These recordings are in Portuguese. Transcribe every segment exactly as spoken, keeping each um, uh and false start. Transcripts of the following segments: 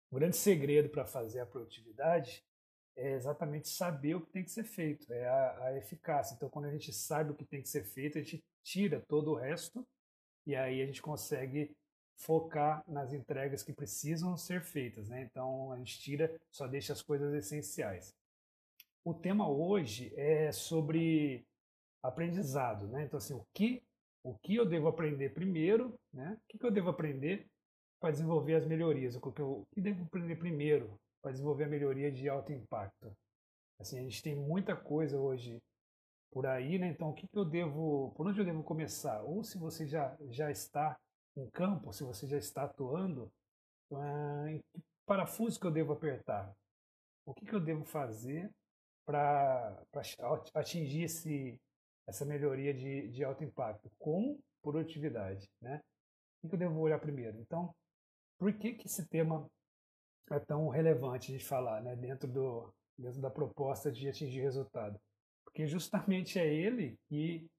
O grande segredo para fazer a produtividade é exatamente saber o que tem que ser feito, é a, a eficácia. Então, quando a gente sabe o que tem que ser feito, a gente tira todo o resto e aí a gente consegue focar nas entregas que precisam ser feitas, né? Então, a gente tira, só deixa as coisas essenciais. O tema hoje é sobre aprendizado, né? Então, assim, o que, o que eu devo aprender primeiro, né? O que, que eu devo aprender para desenvolver as melhorias? O que eu o que devo aprender primeiro para desenvolver a melhoria de alto impacto? Assim, a gente tem muita coisa hoje por aí, né? Então, o que, que eu devo, por onde eu devo começar? Ou se você já, já está em campo, se você já está atuando, ah, em que parafuso que eu devo apertar? O que, que eu devo fazer para atingir esse, essa melhoria de, de alto impacto com produtividade, né? O que, que eu devo olhar primeiro? Então, por que, que esse tema é tão relevante de falar, né, dentro, do, dentro da proposta de atingir resultado? Porque justamente é ele que,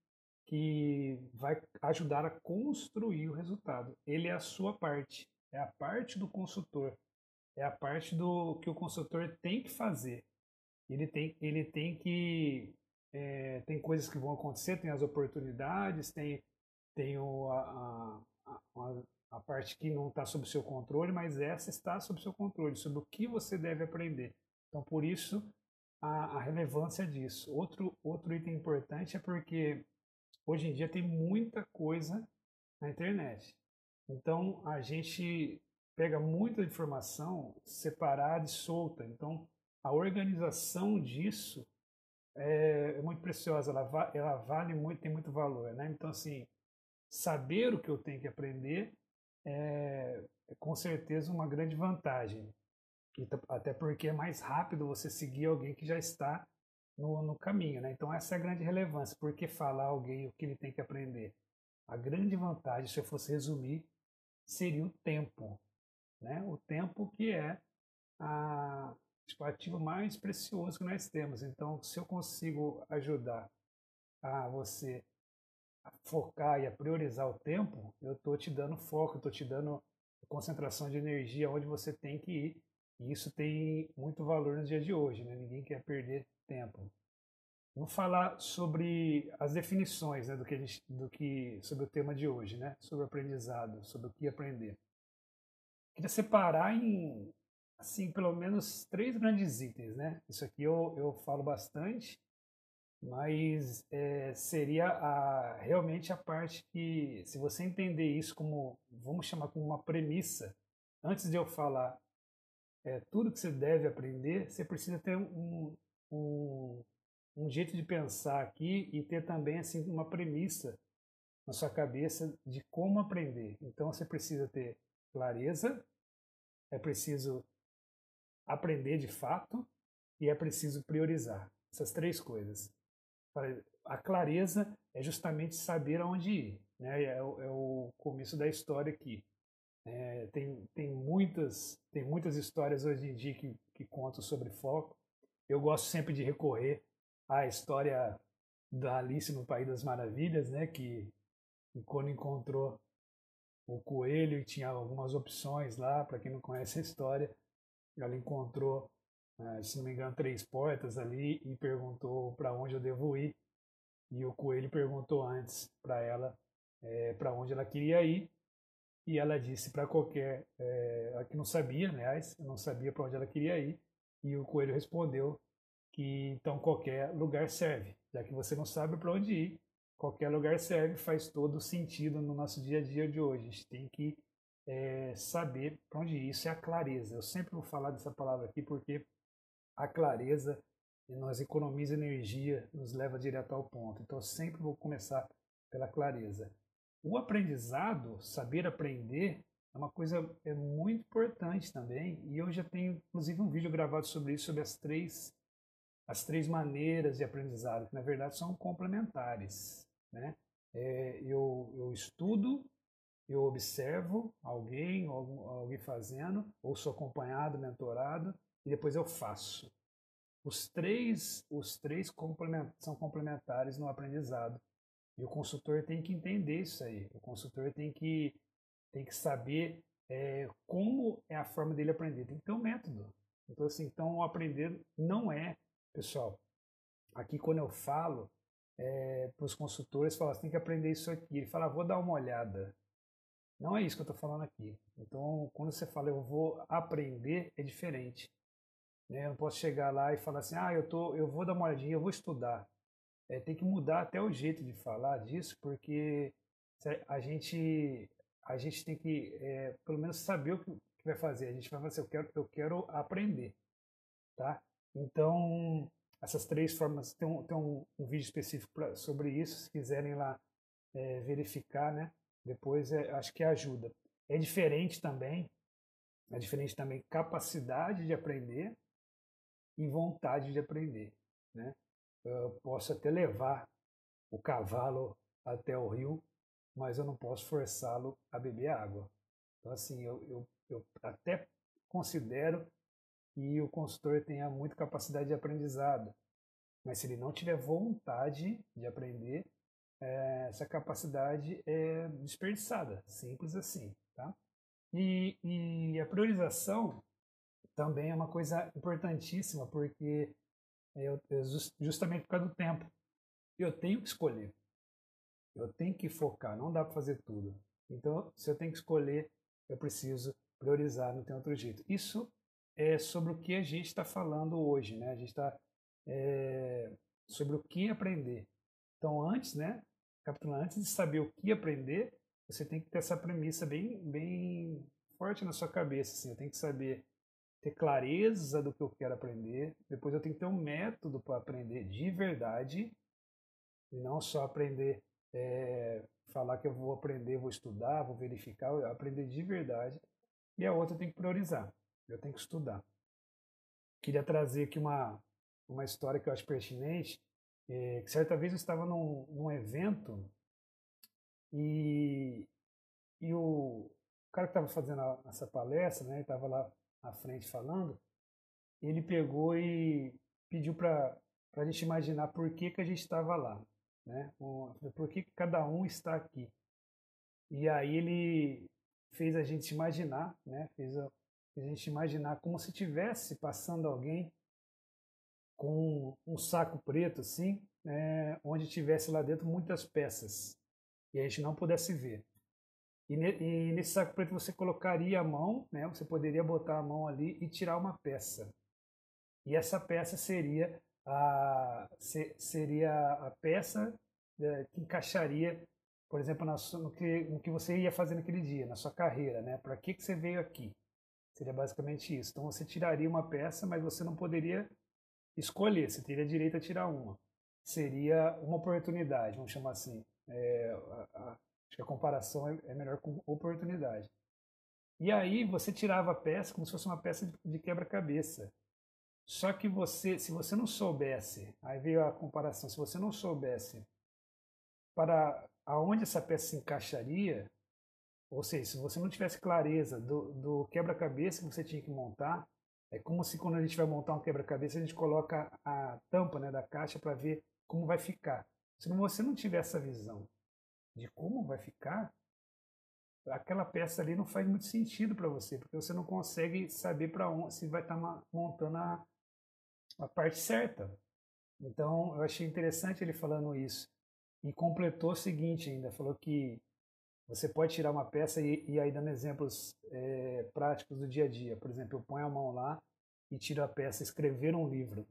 que vai ajudar a construir o resultado. Ele é a sua parte, é a parte do consultor, é a parte do que o consultor tem que fazer. Ele tem, ele tem que. É, tem coisas que vão acontecer, tem as oportunidades, tem, tem o, a, a, a, a parte que não está sob seu controle, mas essa está sob seu controle, sobre o que você deve aprender. Então, por isso, a, a relevância disso. Outro, outro item importante é porque hoje em dia tem muita coisa na internet. Então, a gente pega muita informação separada e solta. Então, a organização disso é, é muito preciosa, ela, va ela vale muito, tem muito valor, né? Então, assim, saber o que eu tenho que aprender é, é com certeza uma grande vantagem. Até porque é mais rápido você seguir alguém que já está no, no caminho, né? Então, essa é a grande relevância. Por que falar a alguém o que ele tem que aprender? A grande vantagem, se eu fosse resumir, seria o tempo, né? O tempo que é a, tipo, o ativo mais precioso que nós temos. Então, se eu consigo ajudar a você a focar e a priorizar o tempo, eu estou te dando foco, estou te dando concentração de energia onde você tem que ir. E isso tem muito valor nos dias de hoje, né? Ninguém quer perder tempo. Vamos falar sobre as definições, né, do que a gente, do que sobre o tema de hoje, né? Sobre aprendizado, sobre o que aprender. Queria separar em, assim, pelo menos três grandes itens, né? Isso aqui eu, eu falo bastante, mas é, seria a, realmente a parte que, se você entender isso como, vamos chamar como uma premissa, antes de eu falar é, tudo que você deve aprender, você precisa ter um, um, um jeito de pensar aqui e ter também assim uma premissa na sua cabeça de como aprender. Então você precisa ter clareza, é preciso aprender de fato e é preciso priorizar. Essas três coisas. A clareza é justamente saber aonde ir, né? É o, é o começo da história aqui. É, tem, tem, muitas, tem muitas histórias hoje em dia que, que contam sobre foco. Eu gosto sempre de recorrer à história da Alice no País das Maravilhas, né? Que, que quando encontrou o coelho e tinha algumas opções lá, para quem não conhece a história, ela encontrou, eh, se não me engano, três portas ali e perguntou para onde eu devo ir. E o coelho perguntou antes para ela é, para onde ela queria ir. E ela disse para qualquer. É, ela que não sabia, aliás, não sabia para onde ela queria ir. E o coelho respondeu que então qualquer lugar serve. Já que você não sabe para onde ir, qualquer lugar serve, faz todo sentido no nosso dia a dia de hoje. A gente tem que é, saber para onde ir. Isso é a clareza. Eu sempre vou falar dessa palavra aqui porque a clareza nos economiza energia, nos leva direto ao ponto. Então, eu sempre vou começar pela clareza. O aprendizado, saber aprender, é uma coisa é muito importante também. E eu já tenho, inclusive, um vídeo gravado sobre isso, sobre as três, as três maneiras de aprendizado, que na verdade são complementares. Né? É, eu, eu estudo, eu observo alguém, alguém fazendo, ou sou acompanhado, mentorado, e depois eu faço. Os três, os três complement, são complementares no aprendizado. E o consultor tem que entender isso aí. O consultor tem que, tem que saber é, como é a forma dele aprender. Tem que ter um método. Então, assim, então o aprender não é, pessoal, aqui quando eu falo é, para os consultores, falo, você tem que aprender isso aqui. Ele fala, ah, vou dar uma olhada. Não é isso que eu estou falando aqui. Então, quando você fala eu vou aprender, é diferente. Né? Eu não posso chegar lá e falar assim, ah, eu, tô, eu vou dar uma olhadinha, eu vou estudar. É, tem que mudar até o jeito de falar disso, porque a gente, a gente tem que, é, pelo menos, saber o que vai fazer. A gente vai falar assim, eu quero, eu quero aprender. Tá? Então, essas três formas, tem um, tem um, um vídeo específico pra, sobre isso, se quiserem lá é, verificar, né? Depois é, acho que ajuda. É diferente também, é diferente também capacidade de aprender e vontade de aprender, né? Eu posso até levar o cavalo até o rio, mas eu não posso forçá-lo a beber água. Então, assim, eu, eu, eu até considero que o consultor tenha muita capacidade de aprendizado, mas se ele não tiver vontade de aprender, é, essa capacidade é desperdiçada, simples assim, tá? E, e a priorização também é uma coisa importantíssima, porque eu, eu, justamente por causa do tempo, eu tenho que escolher, eu tenho que focar, não dá para fazer tudo. Então, se eu tenho que escolher, eu preciso priorizar, não tem outro jeito. Isso é sobre o que a gente está falando hoje, né? A gente está é, sobre o que aprender. Então, antes, né, capitulando, antes de saber o que aprender, você tem que ter essa premissa bem, bem forte na sua cabeça. Assim, eu tenho que saber ter clareza do que eu quero aprender. Depois, eu tenho que ter um método para aprender de verdade e não só aprender, é, falar que eu vou aprender, vou estudar, vou verificar, aprender de verdade. E a outra eu tenho que priorizar. Eu tenho que estudar. Queria trazer aqui uma, uma história que eu acho pertinente. É, que certa vez eu estava num, num evento e, e o, o cara que estava fazendo a, essa palestra, né, estava lá à frente falando, ele pegou e pediu para a gente imaginar por que, que a gente estava lá, né? Por que, que cada um está aqui. E aí ele fez a gente imaginar, né? Fez a, fez a gente imaginar como se tivesse passando alguém com um saco preto assim, é, onde tivesse lá dentro muitas peças e a gente não pudesse ver. E, ne, e nesse saco preto você colocaria a mão, né? Você poderia botar a mão ali e tirar uma peça. E essa peça seria a, se, seria a peça é, que encaixaria, por exemplo, na, no, que, no que você ia fazer naquele dia, na sua carreira, né? Para que, que você veio aqui? Seria basicamente isso. Então você tiraria uma peça, mas você não poderia escolher, você teria direito a tirar uma. Seria uma oportunidade, vamos chamar assim. É, a, a, acho que a comparação é, é melhor com oportunidade. E aí você tirava a peça como se fosse uma peça de, de quebra-cabeça. Só que você, se você não soubesse, aí veio a comparação, se você não soubesse para aonde essa peça se encaixaria, ou seja, se você não tivesse clareza do, do quebra-cabeça que você tinha que montar, é como se quando a gente vai montar um quebra-cabeça, a gente coloca a tampa, né, da caixa para ver como vai ficar. Se você não tiver essa visão de como vai ficar, aquela peça ali não faz muito sentido para você, porque você não consegue saber para onde se vai estar tá montando a, a parte certa. Então, eu achei interessante ele falando isso. E completou o seguinte ainda, falou que você pode tirar uma peça e, e aí dando exemplos é, práticos do dia a dia. Por exemplo, eu ponho a mão lá e tiro a peça, escrever um livro.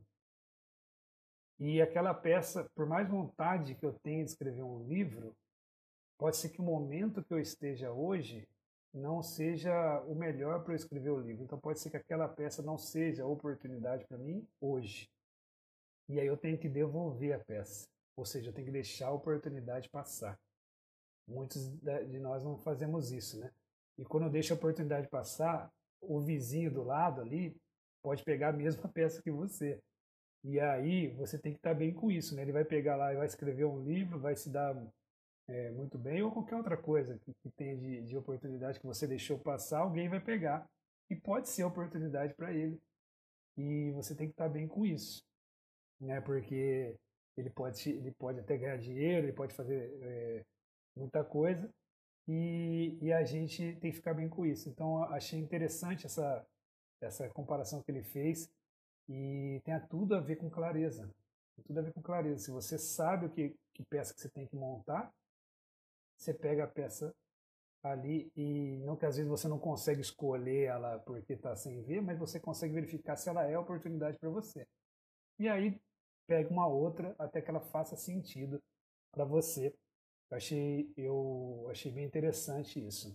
E aquela peça, por mais vontade que eu tenha de escrever um livro, pode ser que o momento que eu esteja hoje não seja o melhor para eu escrever o livro. Então pode ser que aquela peça não seja a oportunidade para mim hoje. E aí eu tenho que devolver a peça. Ou seja, eu tenho que deixar a oportunidade passar. Muitos de nós não fazemos isso, né? E quando eu deixo a oportunidade passar, o vizinho do lado ali pode pegar a mesma peça que você. E aí você tem que estar bem com isso, né? Ele vai pegar lá e vai escrever um livro, vai se dar é, muito bem, ou qualquer outra coisa que, que tenha de, de oportunidade que você deixou passar, alguém vai pegar. E pode ser oportunidade para ele. E você tem que estar bem com isso, né? Porque ele pode, ele pode até ganhar dinheiro, ele pode fazer é, muita coisa, e, e a gente tem que ficar bem com isso. Então, achei interessante essa, essa comparação que ele fez e tem tudo a ver com clareza. Tem tudo a ver com clareza. Se você sabe o que, que peça que você tem que montar, você pega a peça ali e não que às vezes você não consegue escolher ela porque está sem ver, mas você consegue verificar se ela é oportunidade para você. E aí pega uma outra até que ela faça sentido para você. Eu achei, eu achei bem interessante isso.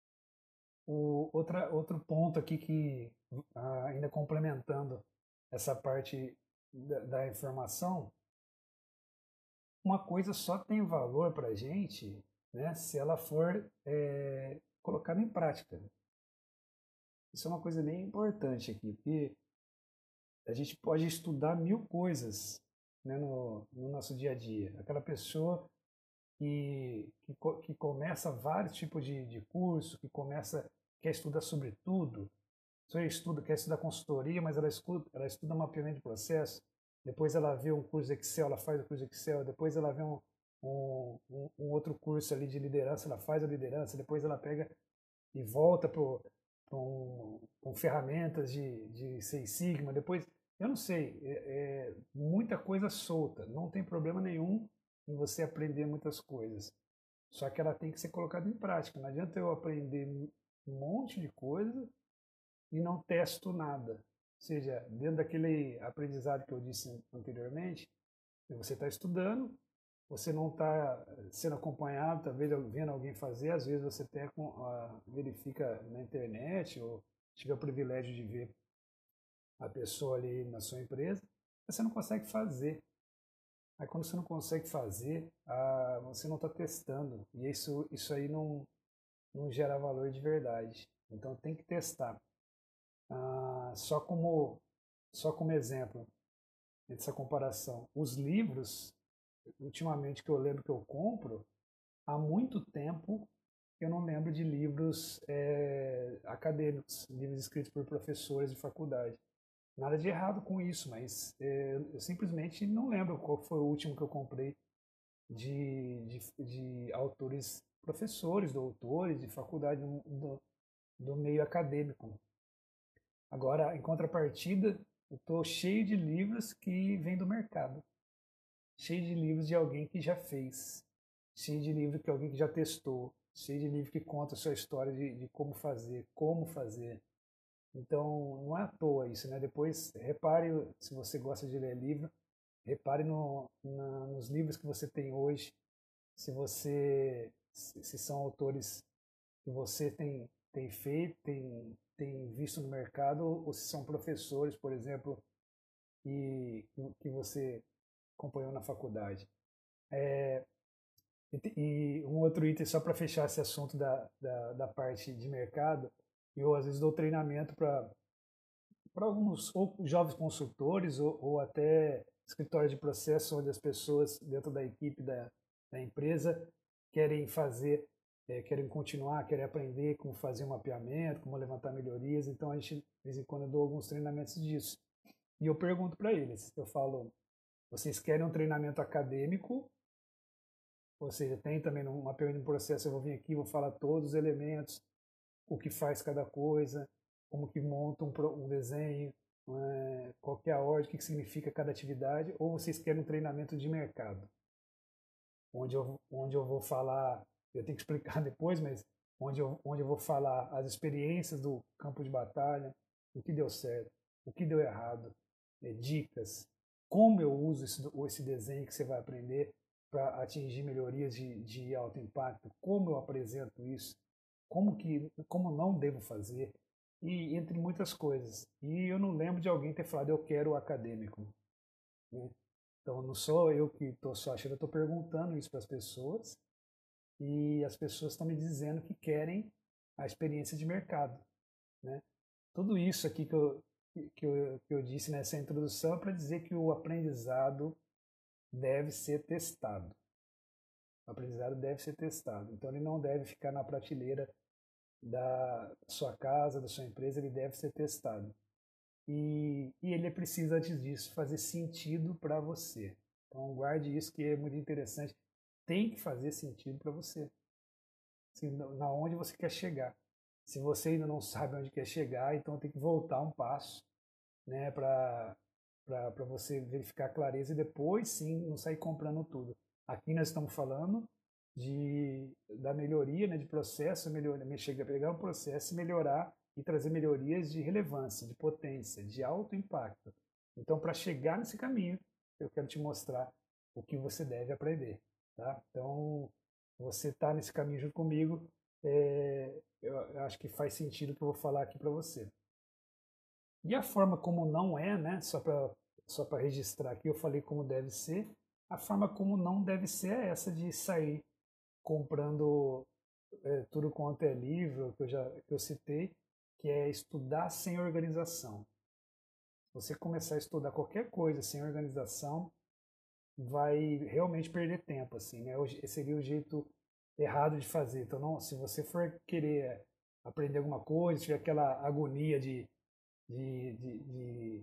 O, outra, outro ponto aqui que, ah, ainda complementando essa parte da, da informação, uma coisa só tem valor para a gente, né, se ela for é, colocada em prática. Isso é uma coisa bem importante aqui, porque a gente pode estudar mil coisas, né, no, no nosso dia a dia. Aquela pessoa que, que, que começa vários tipos de, de curso, que começa, quer estudar sobre tudo, você estuda, quer estudar consultoria, mas ela estuda, ela estuda mapeamento de processo, depois ela vê um curso Excel, ela faz o curso Excel, depois ela vê um, um, um, um outro curso ali de liderança, ela faz a liderança, depois ela pega e volta para um, com ferramentas de, de Six Sigma, depois, eu não sei, é, é muita coisa solta, não tem problema nenhum em você aprender muitas coisas, só que ela tem que ser colocada em prática, não adianta eu aprender um monte de coisa e não testo nada, ou seja, dentro daquele aprendizado que eu disse anteriormente, você está estudando, você não está sendo acompanhado, talvez vendo alguém fazer, às vezes você até uh, verifica na internet ou tive o privilégio de ver a pessoa ali na sua empresa, você não consegue fazer. Aí quando você não consegue fazer, uh, você não está testando e isso, isso aí não, não gera valor de verdade. Então tem que testar. Uh, só, como, só como exemplo dessa comparação, os livros, ultimamente que eu lembro que eu compro, há muito tempo eu não lembro de livros é, acadêmicos, livros escritos por professores de faculdade. Nada de errado com isso, mas é, eu simplesmente não lembro qual foi o último que eu comprei de, de, de autores, professores, doutores de faculdade do, do meio acadêmico. Agora, em contrapartida, eu estou cheio de livros que vêm do mercado, cheio de livros de alguém que já fez, cheio de livro que alguém que já testou, cheio de livro que conta a sua história de, de como fazer, como fazer. Então, não é à toa isso, né? Depois, repare, se você gosta de ler livro, repare no, na, nos livros que você tem hoje, se você, se, se são autores que você tem, tem feito, tem, tem visto no mercado, ou se são professores, por exemplo, que, que você acompanhou na faculdade. É, e, e um outro item, só para fechar esse assunto da, da, da parte de mercado, eu às vezes dou treinamento para para alguns ou jovens consultores ou, ou até escritórios de processo onde as pessoas dentro da equipe da, da empresa querem fazer, é, querem continuar, querem aprender como fazer um mapeamento, como levantar melhorias. Então a gente, de vez em quando, eu dou alguns treinamentos disso. E eu pergunto para eles, eu falo, vocês querem um treinamento acadêmico? Ou seja, tem também um mapeamento de processo, eu vou vir aqui, vou falar todos os elementos, o que faz cada coisa, como que monta um, um desenho, é, qual que é a ordem, o que, que significa cada atividade, ou vocês querem um treinamento de mercado, onde eu, onde eu vou falar, eu tenho que explicar depois, mas onde eu, onde eu vou falar as experiências do campo de batalha, o que deu certo, o que deu errado, é, dicas, como eu uso esse, esse desenho que você vai aprender para atingir melhorias de, de alto impacto, como eu apresento isso, como que, como não devo fazer, e entre muitas coisas. E eu não lembro de alguém ter falado, eu quero o acadêmico, né? Então não sou eu que estou só achando, eu estou perguntando isso para as pessoas, e as pessoas estão me dizendo que querem a experiência de mercado, né? Tudo isso aqui que eu, que eu, que eu disse nessa introdução é para dizer que o aprendizado deve ser testado. O aprendizado deve ser testado. Então ele não deve ficar na prateleira da sua casa, da sua empresa, ele deve ser testado. E, e ele precisa, antes disso, fazer sentido para você. Então guarde isso que é muito interessante. Tem que fazer sentido para você. assim, na onde você quer chegar. Se você ainda não sabe onde quer chegar, então tem que voltar um passo, né, para para você verificar a clareza e depois sim não sair comprando tudo. Aqui nós estamos falando de, da melhoria, né, de processo, melhoria, pegar um processo e melhorar e trazer melhorias de relevância, de potência, de alto impacto. Então, para chegar nesse caminho, eu quero te mostrar o que você deve aprender. Tá? Então, você está nesse caminho junto comigo, é, eu acho que faz sentido o que eu vou falar aqui para você. E a forma como não é, né, só para só para registrar aqui, eu falei como deve ser, a forma como não deve ser é essa de sair comprando é, tudo quanto é livro, que eu já que eu citei, que é estudar sem organização. Se você começar a estudar qualquer coisa sem organização, vai realmente perder tempo, assim, né? Esse seria o jeito errado de fazer. Então, não, se você for querer aprender alguma coisa, tiver aquela agonia de, de, de, de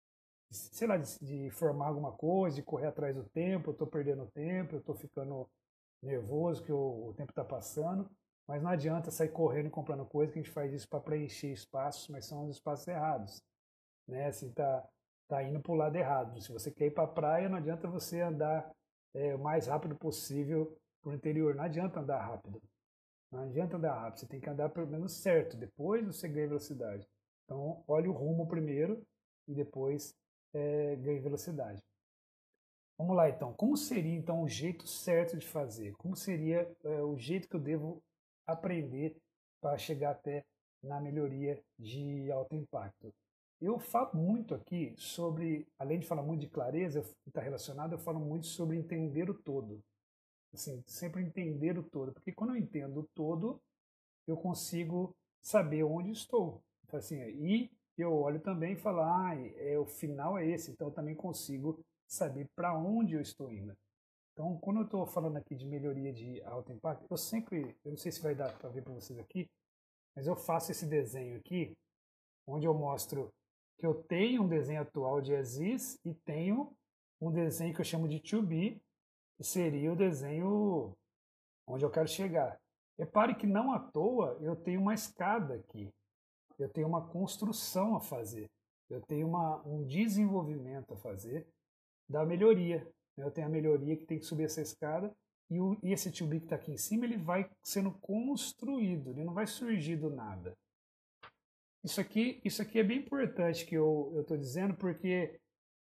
sei lá, de, de formar alguma coisa, de correr atrás do tempo, eu estou perdendo tempo, eu estou ficando nervoso que o, o tempo está passando, mas não adianta sair correndo e comprando coisa, que a gente faz isso para preencher espaços, mas são os espaços errados, né? Assim, tá, tá indo para o lado errado. Se você quer ir para a praia, não adianta você andar é, o mais rápido possível para o interior, não adianta andar rápido. Não adianta andar rápido, você tem que andar pelo menos certo, depois você ganha velocidade. Então, olhe o rumo primeiro e depois é, ganhe velocidade. Vamos lá então, como seria então o jeito certo de fazer? Como seria é, o jeito que eu devo aprender para chegar até na melhoria de alto impacto? Eu falo muito aqui sobre, além de falar muito de clareza, que está relacionado, eu falo muito sobre entender o todo. Assim, sempre entender o todo, porque quando eu entendo o todo, eu consigo saber onde estou. Então, assim, e eu olho também e falo, ah, é, o final é esse, então eu também consigo saber para onde eu estou indo. Então, quando eu estou falando aqui de melhoria de alto impacto, eu sempre, eu não sei se vai dar para ver para vocês aqui, mas eu faço esse desenho aqui, onde eu mostro que eu tenho um desenho atual de as is e tenho um desenho que eu chamo de to be, que seria o desenho onde eu quero chegar. Repare que não à toa eu tenho uma escada aqui, eu tenho uma construção a fazer, eu tenho uma, um desenvolvimento a fazer da melhoria. Eu tenho a melhoria que tem que subir essa escada e, o, e esse to be que está aqui em cima ele vai sendo construído, ele não vai surgir do nada. Isso aqui, isso aqui é bem importante que eu estou dizendo porque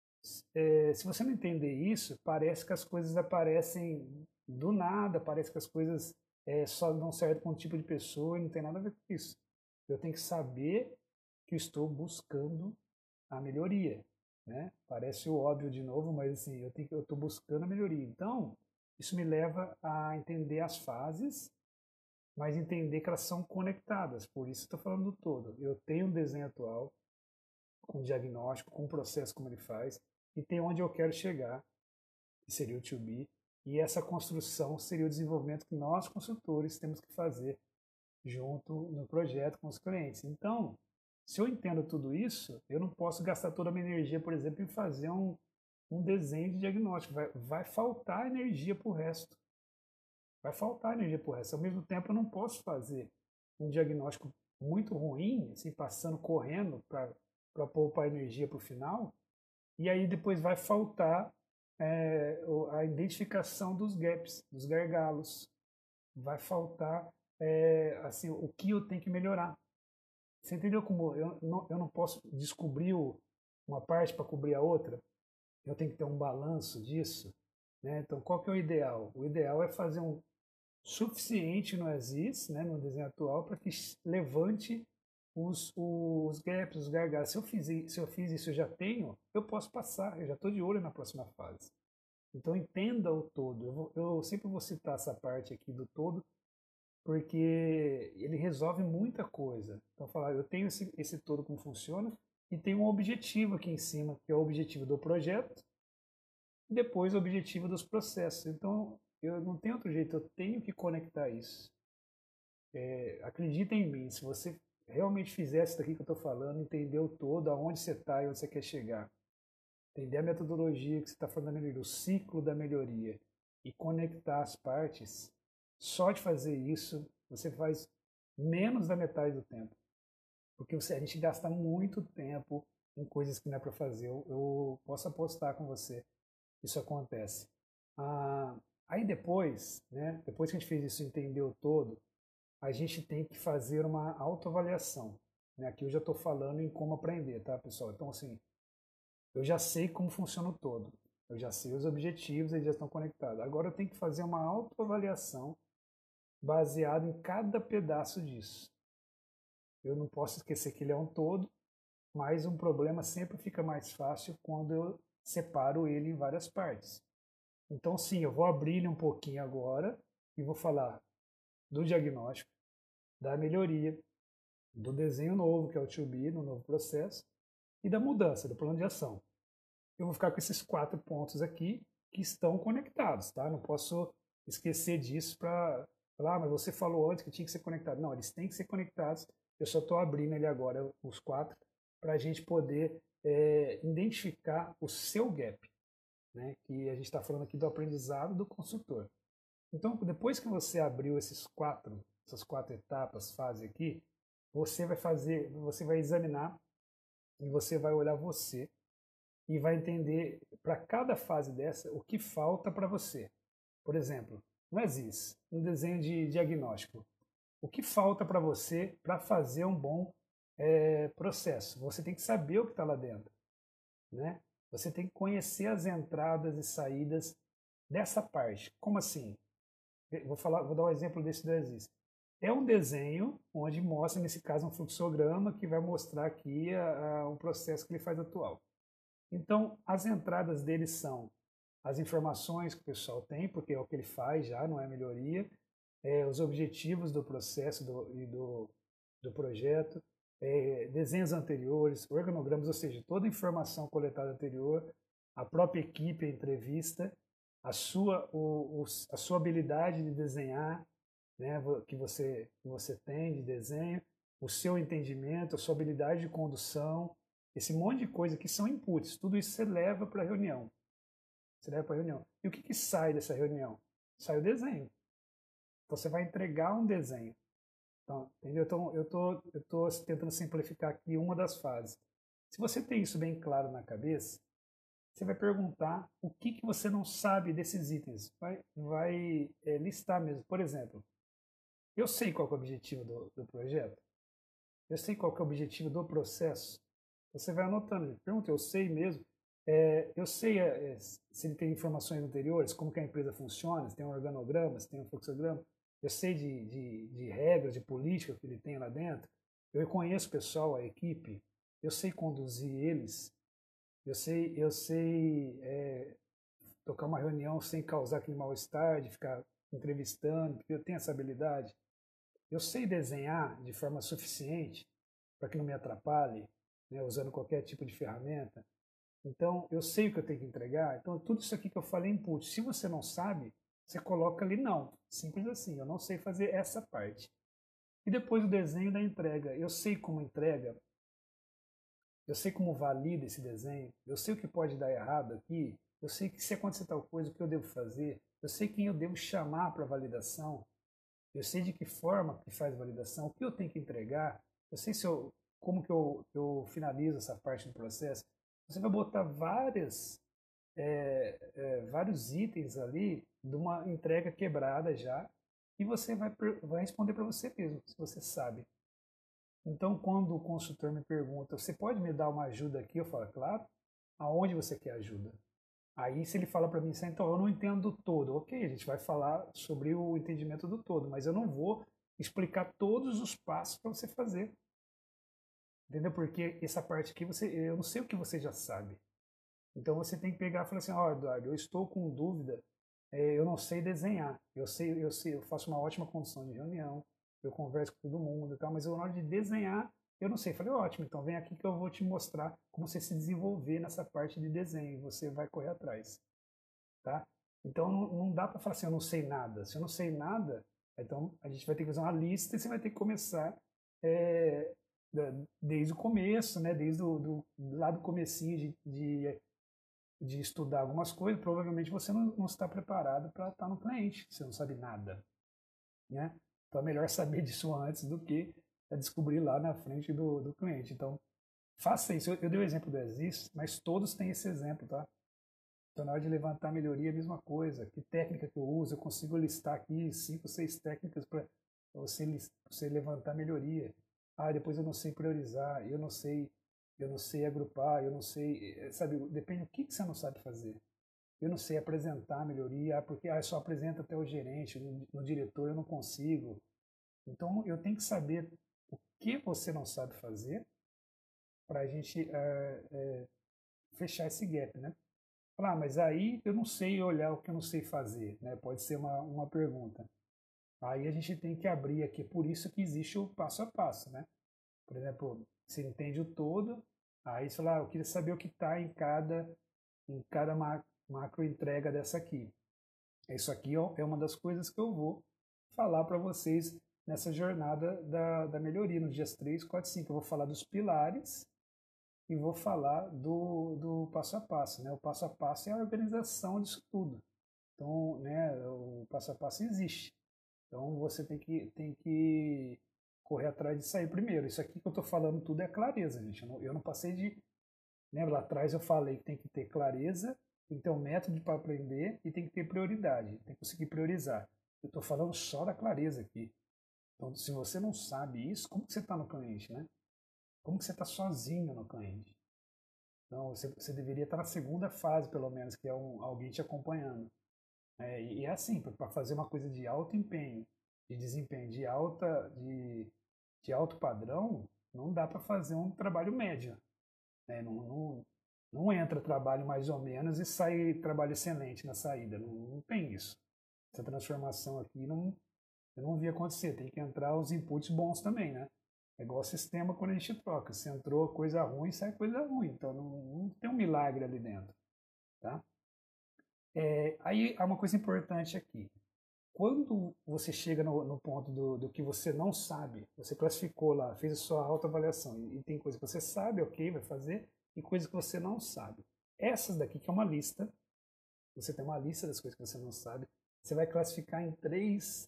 é, se você não entender isso, parece que as coisas aparecem do nada, parece que as coisas é, só dão certo com um tipo de pessoa e não tem nada a ver com isso. Eu tenho que saber que eu estou buscando a melhoria, né? Parece o óbvio de novo, mas assim, eu tenho, eu estou buscando a melhoria. Então, isso me leva a entender as fases, mas entender que elas são conectadas. Por isso estou falando do todo. Eu tenho um desenho atual, com diagnóstico, com o processo como ele faz, e tem onde eu quero chegar, que seria o to be, e essa construção seria o desenvolvimento que nós, consultores, temos que fazer junto no projeto com os clientes. Então, se eu entendo tudo isso, eu não posso gastar toda a minha energia, por exemplo, em fazer um, um desenho de diagnóstico. Vai, vai faltar energia para o resto. Vai faltar energia para o resto. Ao mesmo tempo, eu não posso fazer um diagnóstico muito ruim, assim, passando, correndo para poupar energia para o final, e aí depois vai faltar é, a identificação dos gaps, dos gargalos. Vai faltar é, assim, o que eu tenho que melhorar. Você entendeu como eu não, eu não posso descobrir uma parte para cobrir a outra? Eu tenho que ter um balanço disso. Né? Então, qual que é o ideal? O ideal é fazer um suficiente no as is, né, no desenho atual, para que levante os, os gaps, os gargalos. Se eu, fiz, se eu fiz isso, eu já tenho, eu posso passar, eu já estou de olho na próxima fase. Então, entenda o todo. Eu, vou, eu sempre vou citar essa parte aqui do todo, porque ele resolve muita coisa. Então, falar, eu tenho esse, esse todo como funciona e tem um objetivo aqui em cima, que é o objetivo do projeto, e depois o objetivo dos processos. Então, eu não tenho outro jeito, eu tenho que conectar isso. É, acredita em mim, se você realmente fizer isso daqui que eu estou falando, entender o todo, aonde você está e onde você quer chegar, entender a metodologia que você está falando da melhoria, o ciclo da melhoria, e conectar as partes, só de fazer isso, Você faz menos da metade do tempo. Porque você, a gente gasta muito tempo em coisas que não é para fazer. Eu, eu posso apostar com você que isso acontece. Ah, aí depois, né, depois que a gente fez isso e entendeu todo, a gente tem que fazer uma autoavaliação. Né? Aqui eu já estou falando em como aprender, tá, pessoal? Então, assim, eu já sei como funciona o todo. Eu já sei os objetivos, eles já estão conectados. Agora eu tenho que fazer uma autoavaliação baseada em cada pedaço disso. Eu não posso esquecer que ele é um todo, mas um problema sempre fica mais fácil quando eu separo ele em várias partes. Então, sim, eu vou abrir ele um pouquinho agora e vou falar do diagnóstico, da melhoria, do desenho novo, que é o to be, no novo processo, e da mudança, do plano de ação. Eu vou ficar com esses quatro pontos aqui que estão conectados, tá? Não posso esquecer disso para falar, ah, mas você falou antes que tinha que ser conectado. Não, eles têm que ser conectados. Eu só estou abrindo ele agora, os quatro, para a gente poder é, identificar o seu gap, né? Que a gente está falando aqui do aprendizado do consultor. Então, depois que você abriu esses quatro, essas quatro etapas, fase aqui, você vai fazer, você vai examinar e você vai olhar você e vai entender para cada fase dessa o que falta para você. Por exemplo, não existe um desenho de diagnóstico. O que falta para você para fazer um bom é, processo? Você tem que saber o que está lá dentro, né? Você tem que conhecer as entradas e saídas dessa parte. Como assim? Vou falar, vou dar um exemplo desse do Exist. É um desenho onde mostra, nesse caso, um fluxograma que vai mostrar aqui a, a, o processo que ele faz atual. Então, as entradas dele são as informações que o pessoal tem, porque é o que ele faz já, não é melhoria, é, os objetivos do processo do, e do, do projeto, é, desenhos anteriores, organogramas, ou seja, toda a informação coletada anterior, a própria equipe, a entrevista, a sua, o, o, a sua habilidade de desenhar, né, que, você, que você tem de desenho, o seu entendimento, a sua habilidade de condução, esse monte de coisa que são inputs, tudo isso você leva para a reunião. Você leva para a reunião. E o que, que sai dessa reunião? Sai o desenho. Então você vai entregar um desenho. Então, entendeu? Então eu tô, eu tô tentando simplificar aqui uma das fases. Se você tem isso bem claro na cabeça, você vai perguntar o que, que você não sabe desses itens. Vai, vai é, listar mesmo. Por exemplo, eu sei qual é o objetivo do, do projeto. Eu sei qual é o objetivo do processo. Você vai anotando. Pergunta, eu sei mesmo. É, eu sei é, se ele tem informações anteriores, como que a empresa funciona, se tem um organograma, se tem um fluxograma. Eu sei de, de, de regras, de política que ele tem lá dentro. Eu conheço o pessoal, a equipe. Eu sei conduzir eles. Eu sei, eu sei é, tocar uma reunião sem causar aquele mal-estar, de ficar entrevistando, porque eu tenho essa habilidade. Eu sei desenhar de forma suficiente para que não me atrapalhe, né, usando qualquer tipo de ferramenta. Então, eu sei o que eu tenho que entregar. Então, tudo isso aqui que eu falei é input. Se você não sabe, você coloca ali não. Simples assim, eu não sei fazer essa parte. E depois o desenho da entrega. Eu sei como entrega, eu sei como valida esse desenho, eu sei o que pode dar errado aqui, eu sei que se acontecer tal coisa, o que eu devo fazer, eu sei quem eu devo chamar para validação, eu sei de que forma que faz a validação, o que eu tenho que entregar, eu sei se eu, como que eu, eu finalizo essa parte do processo. Você vai botar várias, é, é, vários itens ali de uma entrega quebrada já e você vai, vai responder para você mesmo, se você sabe. Então, quando o consultor me pergunta, você pode me dar uma ajuda aqui? Eu falo, claro. Aonde você quer ajuda? Aí, se ele fala para mim, então, eu não entendo do todo. Ok, a gente vai falar sobre o entendimento do todo, mas eu não vou explicar todos os passos para você fazer. Entendeu? Porque essa parte aqui, você, eu não sei o que você já sabe. Então, você tem que pegar e falar assim, ó, oh, Eduardo, eu estou com dúvida, é, eu não sei desenhar. Eu sei, eu sei, eu faço uma ótima condução de reunião, eu converso com todo mundo e tal, mas na hora de desenhar, eu não sei. Falei, ótimo, então vem aqui que eu vou te mostrar como você se desenvolver nessa parte de desenho e você vai correr atrás, tá? Então não, não dá para falar assim, eu não sei nada. Se eu não sei nada, então a gente vai ter que fazer uma lista e você vai ter que começar é, desde o começo, né? Desde o do, lá do comecinho de, de, de estudar algumas coisas. Provavelmente você não, não está preparado para estar no cliente, você não sabe nada, né? Então é melhor saber disso antes do que descobrir lá na frente do, do cliente. Então, faça isso. Eu, eu dei o exemplo do Exist, mas todos têm esse exemplo, tá? Então, na hora de levantar a melhoria, é a mesma coisa. Que técnica que eu uso? Eu consigo listar aqui cinco, seis técnicas para você, você levantar a melhoria. Ah, depois eu não sei priorizar, eu não sei, eu não sei agrupar, eu não sei, eh, sabe, depende do que, que você não sabe fazer. Eu não sei apresentar a melhoria, ah, porque ah, eu só apresento até o gerente, no, no diretor eu não consigo. Então, eu tenho que saber o que você não sabe fazer para a gente é, é, fechar esse gap, né? Falar, ah, mas aí eu não sei olhar o que eu não sei fazer, né? Pode ser uma, uma pergunta. Aí a gente tem que abrir aqui, por isso que existe o passo a passo, né? Por exemplo, você entende o todo, aí você fala, ah, eu queria saber o que está em cada, em cada macro entrega dessa aqui. Isso aqui é uma das coisas que eu vou falar para vocês nessa jornada da, da melhoria, nos dias três, quatro, cinco. Eu vou falar dos pilares e vou falar do, do passo a passo. Né? O passo a passo é a organização disso tudo. Então, né, o passo a passo existe. Então, você tem que, tem que correr atrás disso aí primeiro. Isso aqui que eu estou falando tudo é clareza, gente. Eu não, eu não passei de... Né, lá atrás eu falei que tem que ter clareza, tem que ter um método para aprender e tem que ter prioridade, tem que conseguir priorizar. Eu estou falando só da clareza aqui. Então, se você não sabe isso, como que você está no cliente, né? Como que você está sozinho no cliente? Então, você, você deveria estar na segunda fase, pelo menos, que é um, alguém te acompanhando. É, e é assim, para fazer uma coisa de alto empenho, de desempenho, de, alta, de, de alto padrão, não dá para fazer um trabalho médio. Né? Não, não, não entra trabalho mais ou menos e sai trabalho excelente na saída. Não, não tem isso. Essa transformação aqui não, eu não vi acontecer. Tem que entrar os inputs bons também, né? É igual o sistema quando a gente troca. Se entrou coisa ruim, sai coisa ruim. Então não, não tem um milagre ali dentro. Tá? É, aí há uma coisa importante aqui. Quando você chega no, no ponto do, do que você não sabe, você classificou lá, fez a sua autoavaliação, e, e tem coisa que você sabe, ok, vai fazer, e coisas que você não sabe. Essas daqui, que é uma lista, você tem uma lista das coisas que você não sabe, você vai classificar em três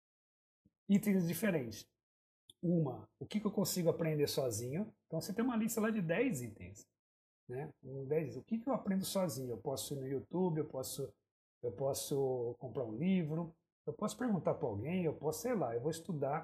itens diferentes. Uma, o que, que eu consigo aprender sozinho? Então você tem uma lista lá de dez itens. Né? dez, o que, que eu aprendo sozinho? Eu posso ir no YouTube, eu posso, eu posso comprar um livro, eu posso perguntar para alguém, eu posso, sei lá, eu vou estudar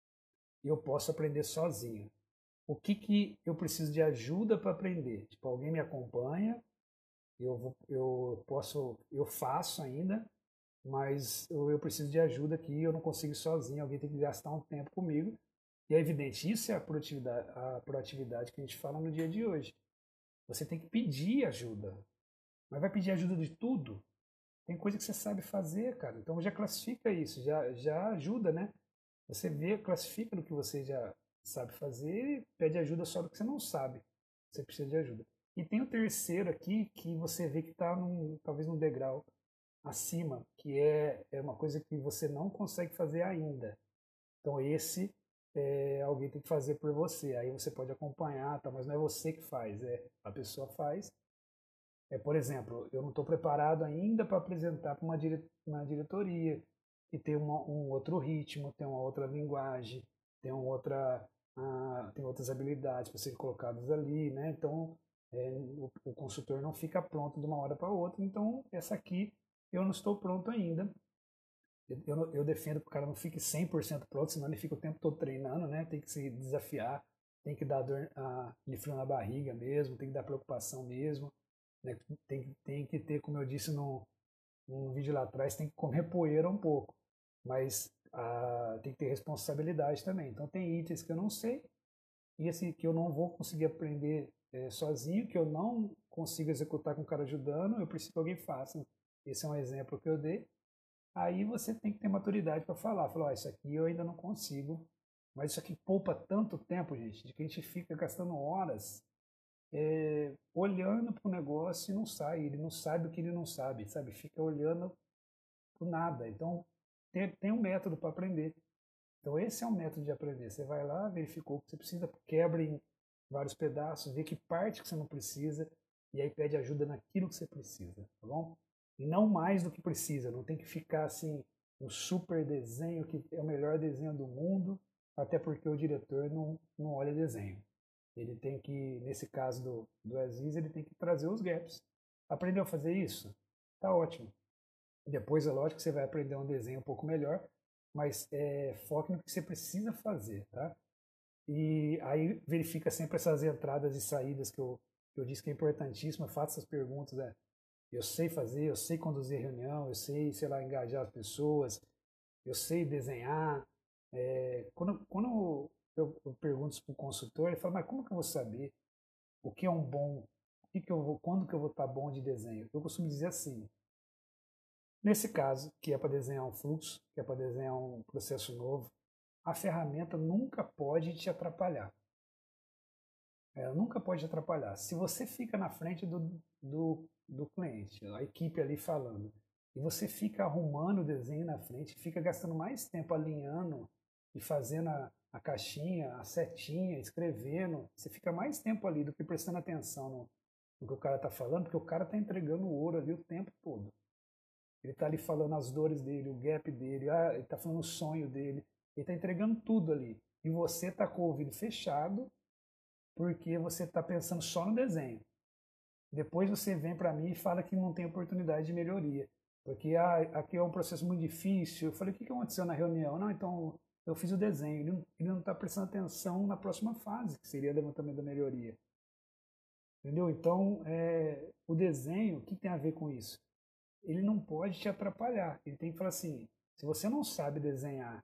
e eu posso aprender sozinho. O que, que eu preciso de ajuda para aprender? Tipo, alguém me acompanha, eu, vou, eu posso, eu faço ainda, mas eu, eu preciso de ajuda aqui, eu não consigo ir sozinho, alguém tem que gastar um tempo comigo. E é evidente, isso é a proatividade, a proatividade que a gente fala no dia de hoje. Você tem que pedir ajuda. Mas vai pedir ajuda de tudo? Tem coisa que você sabe fazer, cara. Então já classifica isso, já, já ajuda, né? Você vê, classifica no que você já sabe fazer e pede ajuda só do que você não sabe. Você precisa de ajuda. E tem o terceiro aqui que você vê que está talvez num degrau acima, que é, é uma coisa que você não consegue fazer ainda. Então esse é, alguém tem que fazer por você. Aí você pode acompanhar, tá? Mas não é você que faz, é a pessoa faz. É, por exemplo, eu não estou preparado ainda para apresentar para uma, dire uma diretoria que tem uma, um outro ritmo, tem uma outra linguagem, tem, uma outra, uh, tem outras habilidades para serem colocadas ali, né? Então, é, o, o consultor não fica pronto de uma hora para outra. Então, essa aqui eu não estou pronto ainda. Eu, eu, eu defendo que o cara não fique cem por cento pronto, senão ele fica o tempo todo treinando, né? Tem que se desafiar, tem que dar dor, uh, frio na barriga mesmo, tem que dar preocupação mesmo. Né? Tem, tem que ter, como eu disse no, num vídeo lá atrás, tem que comer poeira um pouco, mas ah, tem que ter responsabilidade também. Então tem itens que eu não sei, e esse que eu não vou conseguir aprender é, sozinho, que eu não consigo executar com o cara ajudando, eu preciso que alguém faça. Esse é um exemplo que eu dei. Aí você tem que ter maturidade para falar, falar, oh, isso aqui eu ainda não consigo, mas isso aqui poupa tanto tempo, gente, de que a gente fica gastando horas é, olhando para o negócio e não sai, ele não sabe o que ele não sabe, sabe? Fica olhando para nada. Então, tem, tem um método para aprender. Então, esse é um método de aprender. Você vai lá, verificou o que você precisa, quebra em vários pedaços, vê que parte que você não precisa, e aí pede ajuda naquilo que você precisa, tá bom? E não mais do que precisa, não tem que ficar assim, o super desenho, que é o melhor desenho do mundo, até porque o diretor não, não olha desenho. Ele tem que, nesse caso do, do Aziz, ele tem que trazer os gaps. Aprendeu a fazer isso? Tá ótimo. Depois é lógico que você vai aprender um desenho um pouco melhor, mas é, foque no que você precisa fazer, tá? E aí verifica sempre essas entradas e saídas que eu, que eu disse que é importantíssimo, faça essas perguntas, né? Eu sei fazer, eu sei conduzir reunião, eu sei, sei lá, engajar as pessoas, eu sei desenhar. É, quando quando eu, eu pergunto para o consultor, ele fala, mas como que eu vou saber o que é um bom, o que que eu vou, quando que eu vou estar bom de desenho? Eu costumo dizer assim, nesse caso, que é para desenhar um fluxo, que é para desenhar um processo novo, a ferramenta nunca pode te atrapalhar. Ela nunca pode te atrapalhar. Se você fica na frente do, do, do cliente, a equipe ali falando, e você fica arrumando o desenho na frente, fica gastando mais tempo alinhando e fazendo a, a caixinha, a setinha, escrevendo, você fica mais tempo ali do que prestando atenção no, no que o cara está falando, porque o cara está entregando o ouro ali o tempo todo. Ele está ali falando as dores dele, o gap dele, ah, ele está falando o sonho dele, ele está entregando tudo ali. E você está com o ouvido fechado porque você está pensando só no desenho. Depois você vem para mim e fala que não tem oportunidade de melhoria. Porque ah, aqui é um processo muito difícil. Eu falei, o que aconteceu na reunião? Não, então eu fiz o desenho. Ele não está prestando atenção na próxima fase, que seria levantamento da melhoria. Entendeu? Então, é, o desenho, o que tem a ver com isso? Ele não pode te atrapalhar. Ele tem que falar assim, se você não sabe desenhar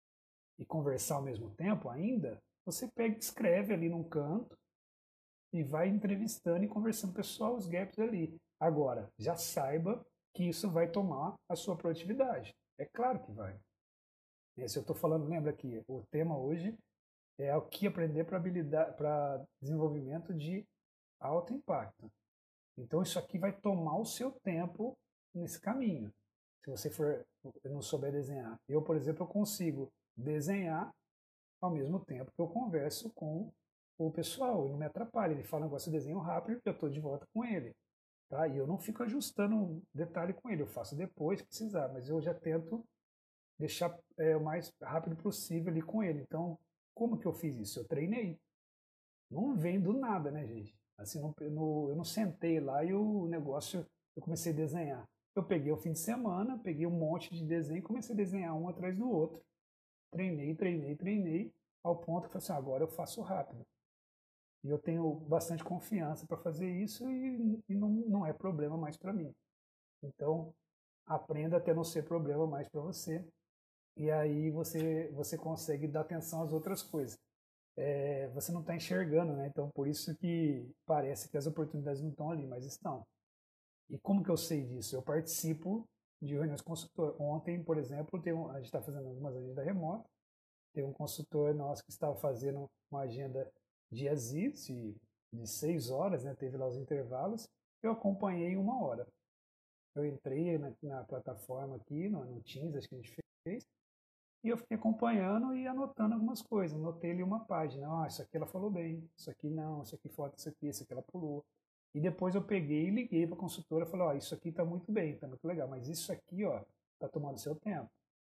e conversar ao mesmo tempo ainda, você pega e escreve ali num canto e vai entrevistando e conversando com o pessoal, os gaps ali. Agora, já saiba que isso vai tomar a sua produtividade. É claro que vai. Se eu estou falando, lembra que o tema hoje é o que aprender para desenvolvimento de alto impacto. Então isso aqui vai tomar o seu tempo nesse caminho. Se você for não souber desenhar. Eu, por exemplo, eu consigo desenhar ao mesmo tempo que eu converso com o pessoal, e não me atrapalha. Ele fala um negócio de desenho rápido, eu estou de volta com ele. Tá? E eu não fico ajustando um detalhe com ele, eu faço depois se precisar, mas eu já tento deixar é, o mais rápido possível ali com ele. Então, como que eu fiz isso? Eu treinei. Não vem do nada, né, gente? Assim, não, eu, não, eu não sentei lá e o negócio, eu comecei a desenhar. Eu peguei o fim de semana, peguei um monte de desenho e comecei a desenhar um atrás do outro. Treinei, treinei, treinei, ao ponto que eu falei assim, agora eu faço rápido. E eu tenho bastante confiança para fazer isso e, e não, não é problema mais para mim. Então, aprenda até não ser problema mais para você. E aí você, você consegue dar atenção às outras coisas. É, você não está enxergando, né? Então, por isso que parece que as oportunidades não estão ali, mas estão. E como que eu sei disso? Eu participo de reuniões consultor. Ontem, por exemplo, tem um, a gente está fazendo algumas agendas remotas. Tem um consultor nosso que estava fazendo uma agenda de Aziz, de, de seis horas, né? Teve lá os intervalos. Eu acompanhei uma hora. Eu entrei na, na plataforma aqui, no, no Teams, acho que a gente fez, e eu fiquei acompanhando e anotando algumas coisas. Anotei ali uma página. Ah, isso aqui ela falou bem, isso aqui não, isso aqui falta isso aqui, isso aqui ela pulou. E depois eu peguei e liguei para a consultora e falei, ó, oh, isso aqui está muito bem, está muito legal, mas isso aqui, ó, está tomando seu tempo.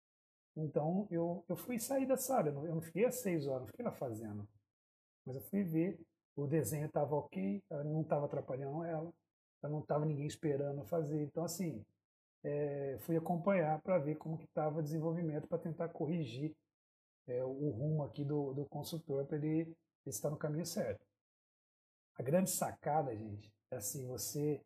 Então eu, eu fui sair dessa área, eu não, eu não fiquei às seis horas, não fiquei lá fazendo. Mas eu fui ver, o desenho estava ok, não estava atrapalhando ela, não estava ninguém esperando fazer. Então, assim, é, fui acompanhar para ver como que estava o desenvolvimento, para tentar corrigir é, o rumo aqui do, do consultor para ele, ele estar no caminho certo. A grande sacada, gente, é assim, você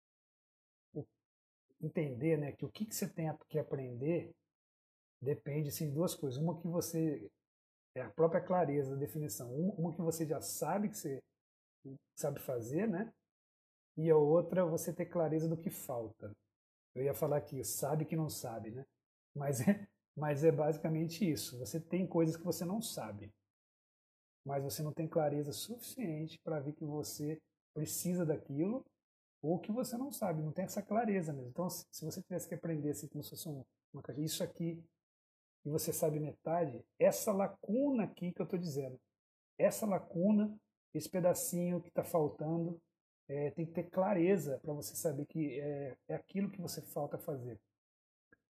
entender, né, que o que, que você tem que aprender depende assim, de duas coisas. Uma que você é a própria clareza da definição. Uma que você já sabe que você sabe fazer, né? E a outra você ter clareza do que falta. Eu ia falar aqui, sabe que não sabe, né? Mas é, mas é basicamente isso. Você tem coisas que você não sabe, mas você não tem clareza suficiente para ver que você precisa daquilo ou que você não sabe, não tem essa clareza mesmo. Então, se você tivesse que aprender assim, como se fosse um, uma caixa, isso aqui, e você sabe metade, essa lacuna aqui que eu estou dizendo, essa lacuna, esse pedacinho que está faltando, é, tem que ter clareza para você saber que é, é aquilo que você falta fazer.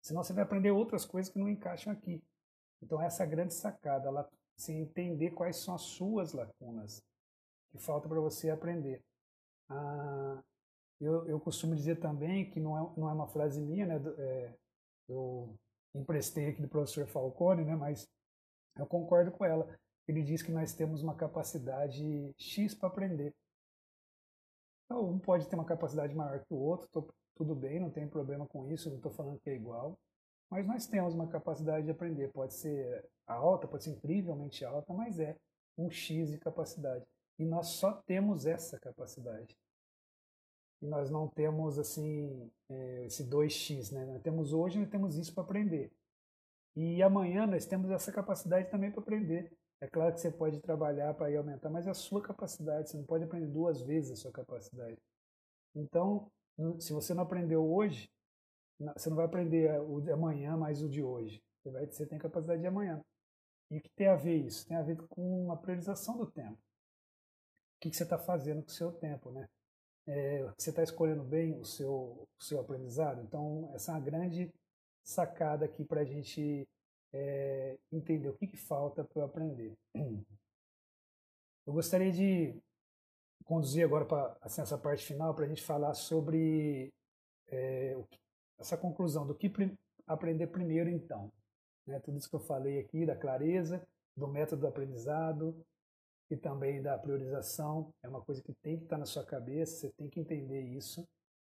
Senão você vai aprender outras coisas que não encaixam aqui. Então essa é a grande sacada, ela, você entender quais são as suas lacunas que falta para você aprender. Ah, eu, eu costumo dizer também que não é, não é uma frase minha, né? É, eu emprestei aqui do professor Falcone, né? Mas eu concordo com ela. Ele diz que nós temos uma capacidade X para aprender. Então, um pode ter uma capacidade maior que o outro, tô, tudo bem, não tem problema com isso, não estou falando que é igual. Mas nós temos uma capacidade de aprender. Pode ser alta, pode ser incrivelmente alta, mas é um X de capacidade. E nós só temos essa capacidade. E nós não temos assim esse dois x, né? Nós temos hoje, nós temos isso para aprender. E amanhã nós temos essa capacidade também para aprender. É claro que você pode trabalhar para ir aumentar, mas é a sua capacidade, você não pode aprender duas vezes a sua capacidade. Então, se você não aprendeu hoje, você não vai aprender o de amanhã mais o de hoje. Você, vai, você tem capacidade de amanhã. E o que tem a ver isso? Tem a ver com uma priorização do tempo. O que, que você está fazendo com o seu tempo, né? É, você está escolhendo bem o seu, o seu aprendizado? Então, essa é uma grande sacada aqui para a gente é, entender o que, que falta para eu aprender. Eu gostaria de conduzir agora para assim, essa parte final para a gente falar sobre é, o que, essa conclusão do que prim, aprender primeiro, então. Né? Tudo isso que eu falei aqui, da clareza, do método do aprendizado, e também da priorização, é uma coisa que tem que estar na sua cabeça, você tem que entender isso.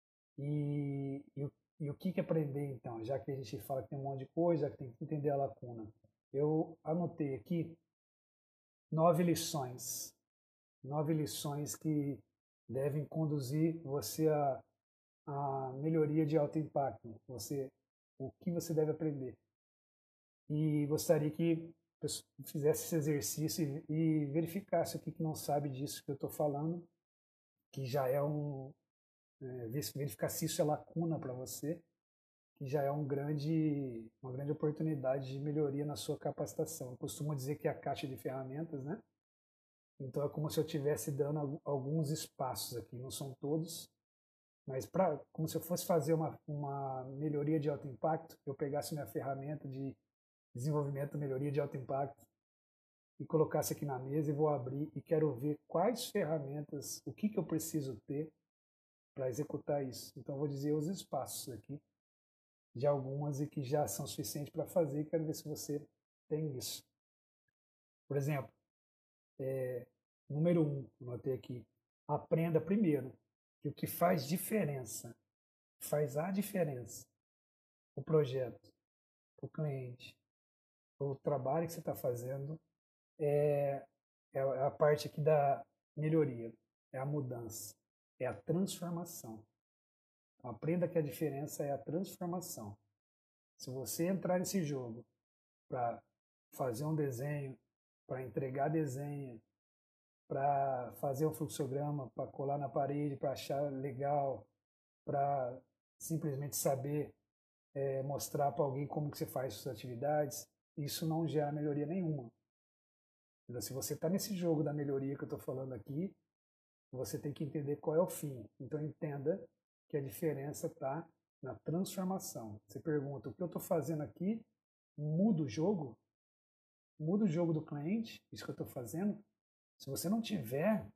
E, e, o, e o que, que aprender então? Já que a gente fala que tem um monte de coisa, que tem que entender a lacuna. Eu anotei aqui nove lições, nove lições que devem conduzir você a, a melhoria de alto impacto, você, o que você deve aprender. E gostaria que fizesse esse exercício e, e verificasse o que, que não sabe disso que eu estou falando, que já é um, é, verificar se isso é lacuna para você, que já é um grande, uma grande oportunidade de melhoria na sua capacitação. Eu costumo dizer que é a caixa de ferramentas, né? Então é como se eu estivesse dando alguns espaços aqui, não são todos, mas pra, como se eu fosse fazer uma, uma melhoria de alto impacto, eu pegasse minha ferramenta de desenvolvimento, melhoria de alto impacto, e colocasse aqui na mesa e vou abrir e quero ver quais ferramentas, o que, que eu preciso ter para executar isso. Então eu vou dizer os espaços aqui de algumas e que já são suficientes para fazer e quero ver se você tem isso. Por exemplo, é, número um, anotei aqui, aprenda primeiro que o que faz diferença, faz a diferença, o projeto, o cliente, o trabalho que você está fazendo é, é a parte aqui da melhoria, é a mudança, é a transformação. Então, aprenda que a diferença é a transformação. Se você entrar nesse jogo para fazer um desenho, para entregar desenho, para fazer um fluxograma, para colar na parede, para achar legal, para simplesmente saber é, mostrar para alguém como que você faz suas atividades, isso não gera melhoria nenhuma. Então, se você está nesse jogo da melhoria que eu estou falando aqui, você tem que entender qual é o fim. Então entenda que a diferença está na transformação. Você pergunta, o que eu estou fazendo aqui muda o jogo? Muda o jogo do cliente? Isso que eu estou fazendo? Se você não tiver,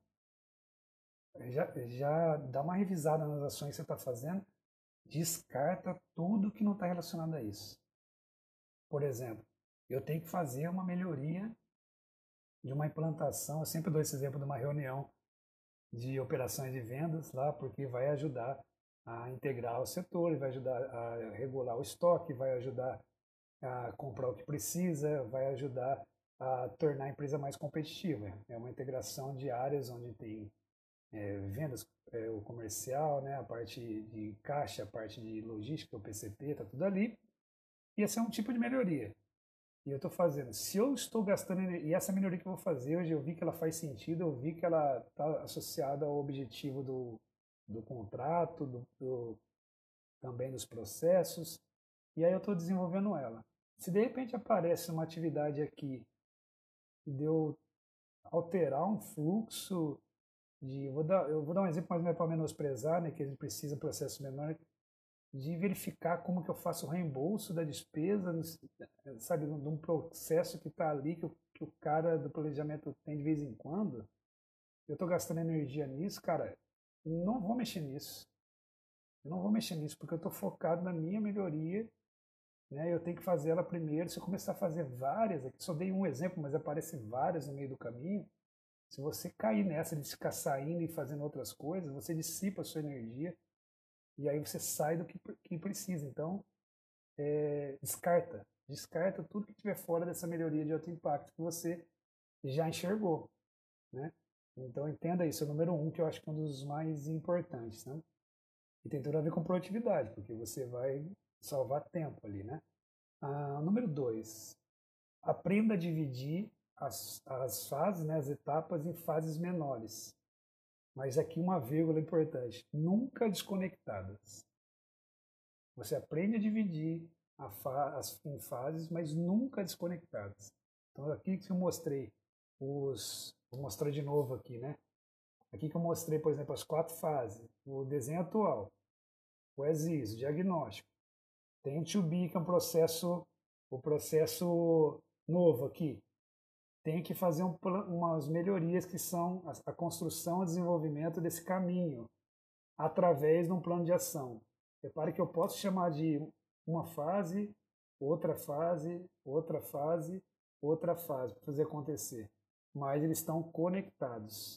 já, já dá uma revisada nas ações que você está fazendo, descarta tudo que não está relacionado a isso. Por exemplo, eu tenho que fazer uma melhoria de uma implantação, eu sempre dou esse exemplo de uma reunião de operações de vendas lá, porque vai ajudar a integrar o setor, vai ajudar a regular o estoque, vai ajudar a comprar o que precisa, vai ajudar a tornar a empresa mais competitiva. É uma integração de áreas onde tem é, vendas, é, o comercial, né, a parte de caixa, a parte de logística, o P C P, está tudo ali. E esse é um tipo de melhoria. E eu estou fazendo. Se eu estou gastando, e essa melhoria que eu vou fazer hoje, eu vi que ela faz sentido, eu vi que ela está associada ao objetivo do, do contrato, do, do, também dos processos, e aí eu estou desenvolvendo ela. Se de repente aparece uma atividade aqui de eu alterar um fluxo, de, eu, vou dar, eu vou dar um exemplo, mas não é para menosprezar, né, que ele precisa de um processo menor, de verificar como que eu faço o reembolso da despesa, sabe, de um processo que está ali, que o, que o cara do planejamento tem de vez em quando, eu estou gastando energia nisso, cara, não vou mexer nisso. Eu não vou mexer nisso, porque eu estou focado na minha melhoria, né? Eu tenho que fazer ela primeiro. Se eu começar a fazer várias, aqui só dei um exemplo, mas aparecem várias no meio do caminho, se você cair nessa de ficar saindo e fazendo outras coisas, você dissipa a sua energia, e aí você sai do que, que precisa. Então, é, descarta. Descarta tudo que estiver fora dessa melhoria de alto impacto que você já enxergou, né? Então, entenda isso. É o número um, que eu acho que é um dos mais importantes, né? E tem tudo a ver com produtividade, porque você vai salvar tempo ali, né? Ah, número dois, aprenda a dividir as, as fases, né, as etapas em fases menores. Mas aqui uma vírgula importante, nunca desconectadas. Você aprende a dividir a fa as em fases, mas nunca desconectadas. Então aqui que eu mostrei os, vou mostrar de novo aqui, né? Aqui que eu mostrei, por exemplo, as quatro fases, o desenho atual, o as is, o diagnóstico. Tem o to be, que é um processo, o processo novo aqui. Tem que fazer um, umas melhorias que são a, a construção e desenvolvimento desse caminho através de um plano de ação. Repare que eu posso chamar de uma fase, outra fase, outra fase, outra fase para fazer acontecer. Mas eles estão conectados.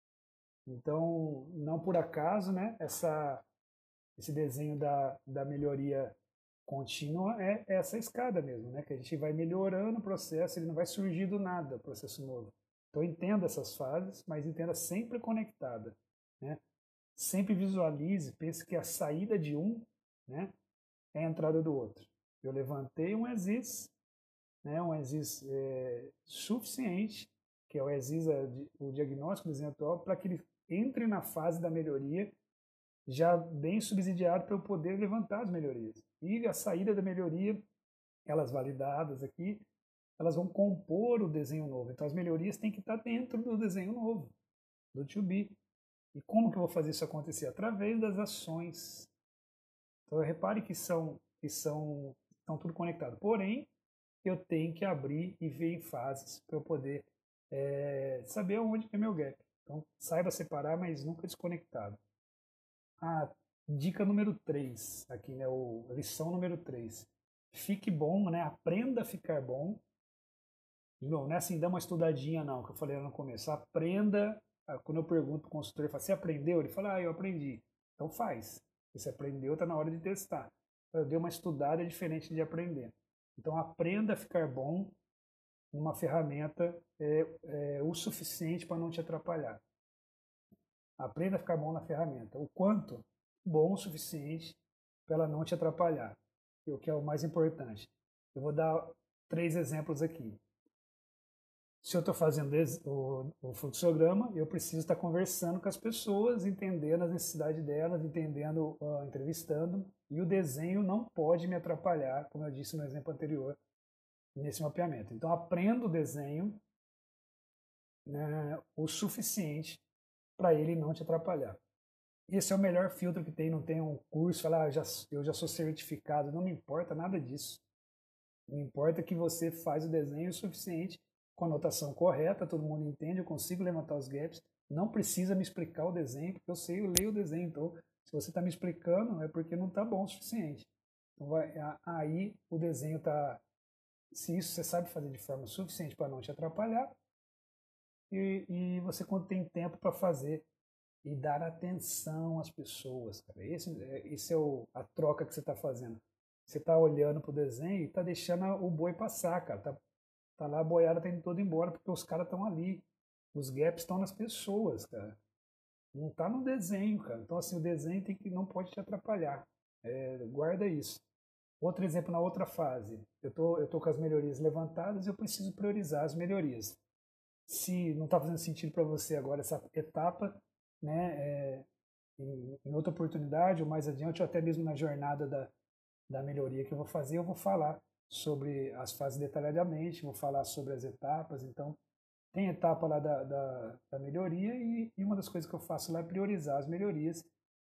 Então, não por acaso, né, essa, esse desenho da, da melhoria contínua é essa escada mesmo, né, que a gente vai melhorando o processo, ele não vai surgir do nada, processo novo. Então, entenda essas fases, mas entenda sempre conectada, né? Sempre visualize, pense que a saída de um, né, é a entrada do outro. Eu levantei um as is, né, um as is é, suficiente, que é o as is, o diagnóstico do desenho atual, para que ele entre na fase da melhoria já bem subsidiado para eu poder levantar as melhorias. E a saída da melhoria, elas validadas aqui, elas vão compor o desenho novo. Então as melhorias têm que estar dentro do desenho novo, do to be. E como que eu vou fazer isso acontecer? Através das ações. Então repare que são que são estão tudo conectado. Porém, eu tenho que abrir e ver em fases para eu poder é, saber onde é meu gap. Então, saiba separar, mas nunca desconectado. A dica número três aqui, né, o, lição número três. Fique bom, né? Aprenda a ficar bom. Não, não é assim, dá uma estudadinha não, que eu falei no começo. Aprenda, quando eu pergunto para o consultor, falo, você aprendeu? Ele fala, ah, eu aprendi. Então faz. Você aprendeu, está na hora de testar. Eu dei uma estudada é diferente de aprender. Então aprenda a ficar bom numa ferramenta é, é, o suficiente para não te atrapalhar. Aprenda a ficar bom na ferramenta. O quanto? Bom o suficiente para ela não te atrapalhar. O que é o mais importante. Eu vou dar três exemplos aqui. Se eu estou fazendo o, o fluxograma, eu preciso estar conversando com as pessoas, entendendo as necessidades delas, entendendo, uh, entrevistando, e o desenho não pode me atrapalhar, como eu disse no exemplo anterior, nesse mapeamento. Então, aprendo o desenho, né, o suficiente para ele não te atrapalhar. Esse é o melhor filtro que tem, não tem um curso, falar, ah, já, eu já sou certificado, não me importa nada disso. Não importa que você faz o desenho o suficiente, com a notação correta, todo mundo entende, eu consigo levantar os gaps, não precisa me explicar o desenho, porque eu sei, eu leio o desenho, então se você está me explicando é porque não está bom o suficiente. Então vai, aí o desenho está, se isso você sabe fazer de forma suficiente para não te atrapalhar, e, e você quando tem tempo para fazer e dar atenção às pessoas, cara. Esse, esse é o, a troca que você está fazendo. Você está olhando para o desenho e está deixando o boi passar, cara. Tá, tá lá, a boiada tá indo toda embora porque os caras estão ali. Os gaps estão nas pessoas, cara. Não está no desenho, cara. Então, assim, o desenho tem que, não pode te atrapalhar. É, guarda isso. Outro exemplo na outra fase. Eu tô, eu tô com as melhorias levantadas, eu preciso priorizar as melhorias. Se não está fazendo sentido para você agora essa etapa, né, é, em, em outra oportunidade ou mais adiante, ou até mesmo na jornada da, da melhoria que eu vou fazer, eu vou falar sobre as fases detalhadamente, vou falar sobre as etapas. Então, tem etapa lá da, da, da melhoria e, e uma das coisas que eu faço lá é priorizar as melhorias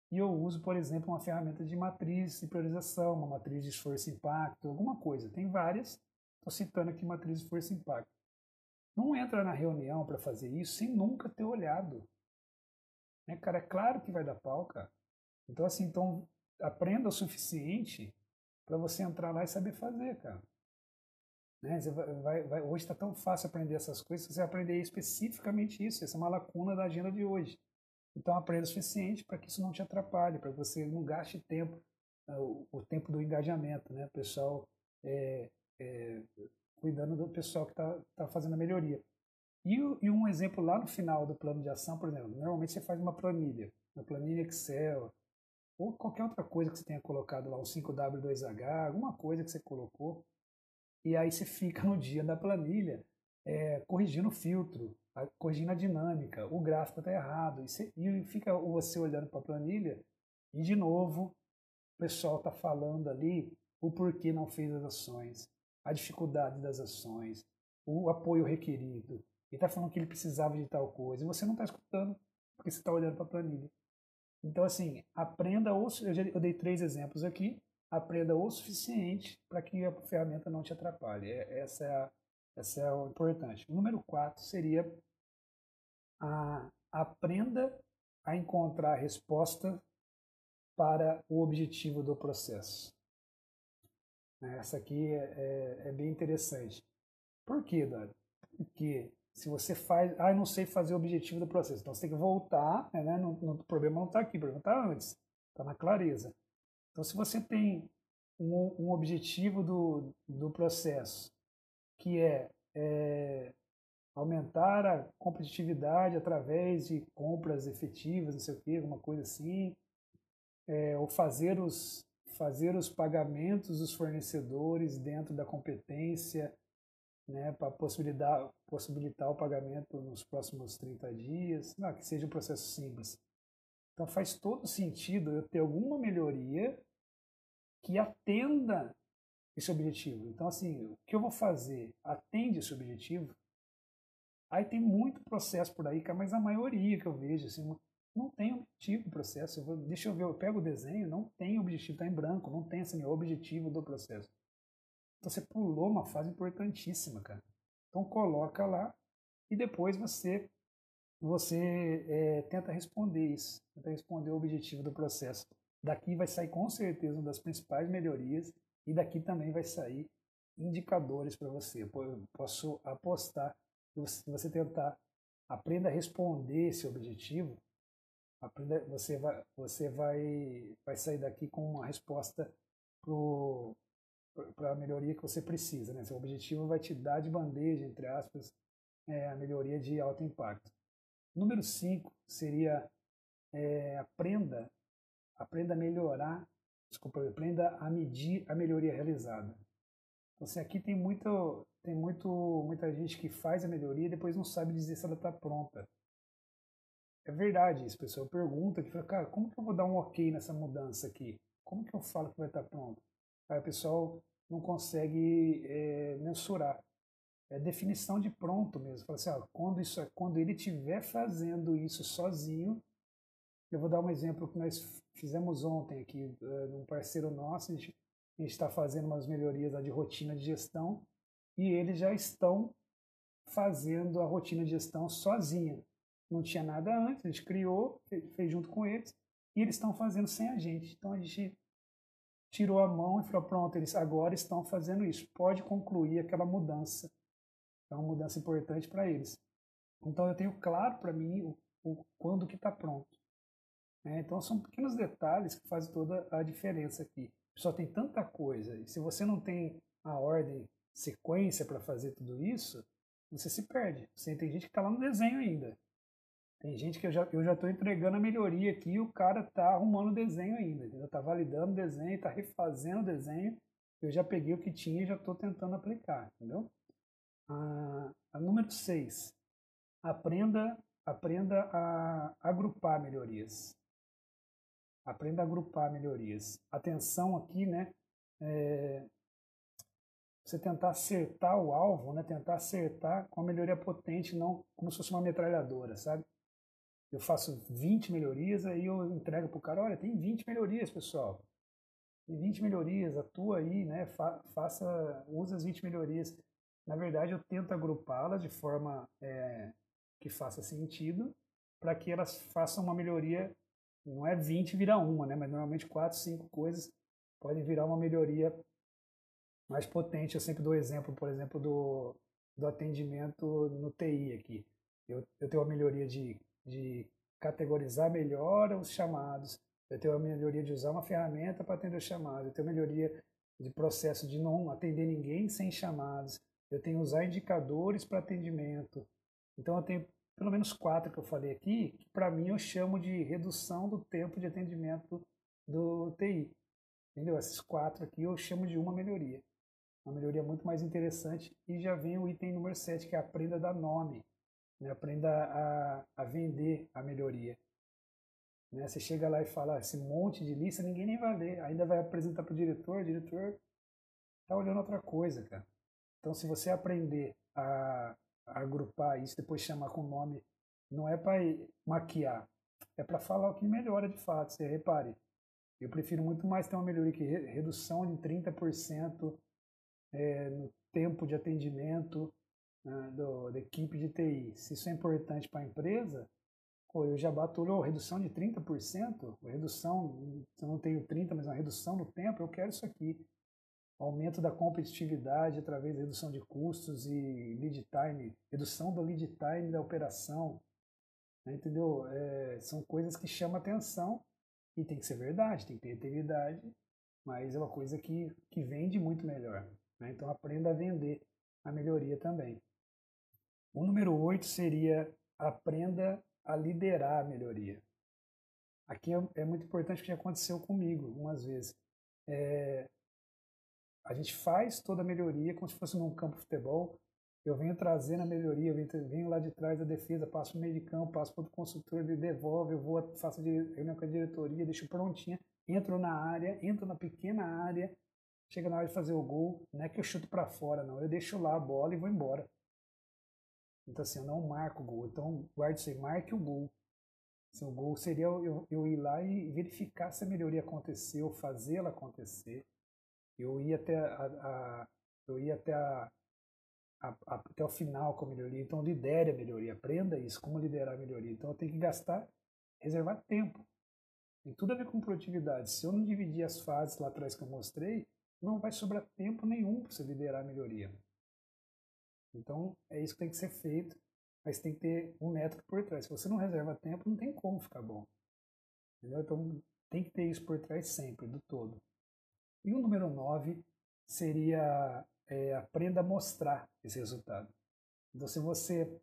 e eu uso, por exemplo, uma ferramenta de matriz de priorização, uma matriz de esforço e impacto, alguma coisa. Tem várias, estou citando aqui matriz de esforço e impacto. Não entra na reunião para fazer isso sem nunca ter olhado. Né, cara? É claro que vai dar pau, cara. Então, assim, então, aprenda o suficiente para você entrar lá e saber fazer, cara. Né? Você vai, vai, vai, hoje está tão fácil aprender essas coisas, você vai aprender especificamente isso. Essa é uma lacuna da agenda de hoje. Então, aprenda o suficiente para que isso não te atrapalhe, para que você não gaste tempo, o, o tempo do engajamento, né? O pessoal é, é, cuidando do pessoal que está tá fazendo a melhoria. E, e um exemplo lá no final do plano de ação, por exemplo, normalmente você faz uma planilha, uma planilha Excel, ou qualquer outra coisa que você tenha colocado lá, um cinco W dois H, alguma coisa que você colocou, e aí você fica no dia da planilha é, corrigindo o filtro, a, corrigindo a dinâmica, o gráfico está errado, e, você, e fica você olhando para a planilha, e de novo o pessoal está falando ali o porquê não fez as ações, a dificuldade das ações, o apoio requerido, e está falando que ele precisava de tal coisa, e você não está escutando, porque você está olhando para a planilha. Então, assim, aprenda, o, eu, já, eu dei três exemplos aqui, aprenda o suficiente para que a ferramenta não te atrapalhe. É, essa, é a, essa é o importante. O número quatro seria a, aprenda a encontrar a resposta para o objetivo do processo. Essa aqui é, é, é bem interessante. Por quê, Dani? Porque se você faz, ah, eu não sei fazer o objetivo do processo, então você tem que voltar, né? No, no, o problema não está aqui, o problema está antes, está na clareza. Então, se você tem um, um objetivo do, do processo, que é, é aumentar a competitividade através de compras efetivas, não sei o quê, alguma coisa assim, é, ou fazer os, fazer os pagamentos dos fornecedores dentro da competência, né, para possibilitar, possibilitar o pagamento nos próximos trinta dias, não, que seja um processo simples. Então faz todo sentido eu ter alguma melhoria que atenda esse objetivo. Então, assim, o que eu vou fazer atende esse objetivo? Aí tem muito processo por aí, mas a maioria que eu vejo, assim, não tem objetivo do processo. Eu vou, deixa eu ver, eu pego o desenho, não tem objetivo, está em branco, não tem assim, o objetivo do processo. Então você pulou uma fase importantíssima, cara. Então coloca lá e depois você você é, tenta responder isso, tenta responder o objetivo do processo. Daqui vai sair com certeza uma das principais melhorias e daqui também vai sair indicadores para você. Eu posso apostar que se você tentar aprenda a responder esse objetivo, aprenda, você vai você vai vai sair daqui com uma resposta para a melhoria que você precisa, né? Seu objetivo vai te dar de bandeja, entre aspas, é, a melhoria de alto impacto. Número cinco seria é, aprenda, aprenda a melhorar, desculpa, aprenda a medir a melhoria realizada. Então, assim, aqui tem muito, tem muito, muita gente que faz a melhoria e depois não sabe dizer se ela está pronta. É verdade isso, pessoal. Pergunta que fala, cara, como que eu vou dar um ok nessa mudança aqui? Como que eu falo que vai estar pronto? Aí o pessoal não consegue é, mensurar. É definição de pronto mesmo. Fala assim, ó, quando, isso, quando ele estiver fazendo isso sozinho, eu vou dar um exemplo que nós fizemos ontem aqui, uh, um parceiro nosso, a gente está fazendo umas melhorias lá de rotina de gestão e eles já estão fazendo a rotina de gestão sozinha. Não tinha nada antes, a gente criou, fez junto com eles e eles estão fazendo sem a gente. Então a gente tirou a mão e falou, pronto, eles agora estão fazendo isso. Pode concluir aquela mudança. É uma mudança importante para eles. Então eu tenho claro para mim o, o, quando que está pronto. É, então são pequenos detalhes que fazem toda a diferença aqui. Só tem tanta coisa. E se você não tem a ordem, sequência para fazer tudo isso, você se perde. Você tem gente que está lá no desenho ainda. Tem gente que eu já eu já estou entregando a melhoria aqui e o cara está arrumando o desenho ainda. Está validando o desenho, está refazendo o desenho. Eu já peguei o que tinha e já estou tentando aplicar, entendeu? A, a número seis, aprenda, aprenda a agrupar melhorias. Aprenda a agrupar melhorias. Atenção aqui, né? É, você tentar acertar o alvo, né? Tentar acertar com a melhoria potente, não como se fosse uma metralhadora, sabe? eu faço vinte melhorias, aí eu entrego para o cara, olha, tem vinte melhorias, pessoal. Tem vinte melhorias, atua aí, né? Fa faça, usa as vinte melhorias. Na verdade, eu tento agrupá-las de forma é, que faça sentido, para que elas façam uma melhoria, não é vinte virar uma, né? Mas normalmente quatro, cinco coisas podem virar uma melhoria mais potente. Eu sempre dou exemplo, por exemplo, do, do atendimento no T I aqui. Eu, eu tenho a melhoria de, de categorizar melhor os chamados, eu tenho a melhoria de usar uma ferramenta para atender os chamados, eu tenho a melhoria de processo de não atender ninguém sem chamados, eu tenho usar indicadores para atendimento. Então eu tenho pelo menos quatro que eu falei aqui, que para mim eu chamo de redução do tempo de atendimento do T I. Entendeu? Esses quatro aqui eu chamo de uma melhoria. Uma melhoria muito mais interessante. E já vem o item número sete, que é aprenda a dar nome. Né? Aprenda a, a vender a melhoria. Né? Você chega lá e fala, ah, esse monte de lista, ninguém nem vai ler. Ainda vai apresentar para o diretor, o diretor está olhando outra coisa, cara. Então, se você aprender a, a agrupar isso, depois chamar com nome, não é para maquiar, é para falar o que melhora de fato. Você repare, eu prefiro muito mais ter uma melhoria que redução de trinta por cento é, no tempo de atendimento, né, do, da equipe de T I. Se isso é importante para a empresa, pô, eu já bato, oh, redução de trinta por cento, redução, eu não tenho trinta, mas uma redução no tempo, eu quero isso aqui. Aumento da competitividade através da redução de custos e lead time, redução do lead time da operação, né, entendeu? É, são coisas que chamam atenção e tem que ser verdade, tem que ter integridade, mas é uma coisa que, que vende muito melhor. Né? Então aprenda a vender a melhoria também. O número oito seria aprenda a liderar a melhoria. Aqui é, é muito importante, porque aconteceu comigo algumas vezes. É, a gente faz toda a melhoria como se fosse num campo de futebol. Eu venho trazendo a melhoria, eu venho, venho lá de trás da defesa, passo para o meio de campo, passo para o consultor, ele devolve, eu vou, faço reunião com a diretoria, deixo prontinha, entro na área, entro na pequena área, chega na hora de fazer o gol, não é que eu chuto para fora, não, eu deixo lá a bola e vou embora. Então assim, eu não marco o gol, então guarde isso aí, marque o gol. Assim, o gol seria eu, eu ir lá e verificar se a melhoria aconteceu, fazê-la acontecer. Eu ia até a, a eu ia até a, a, até o final com a melhoria. Então, lidere a melhoria. Aprenda isso, como liderar a melhoria. Então, eu tenho que gastar, reservar tempo. Tem tudo a ver com produtividade. Se eu não dividir as fases lá atrás que eu mostrei, não vai sobrar tempo nenhum para você liderar a melhoria. Então, é isso que tem que ser feito, mas tem que ter um método por trás. Se você não reserva tempo, não tem como ficar bom. Entendeu? Então, tem que ter isso por trás sempre, do todo. E o número nove seria é, aprenda a mostrar esse resultado. Então, se você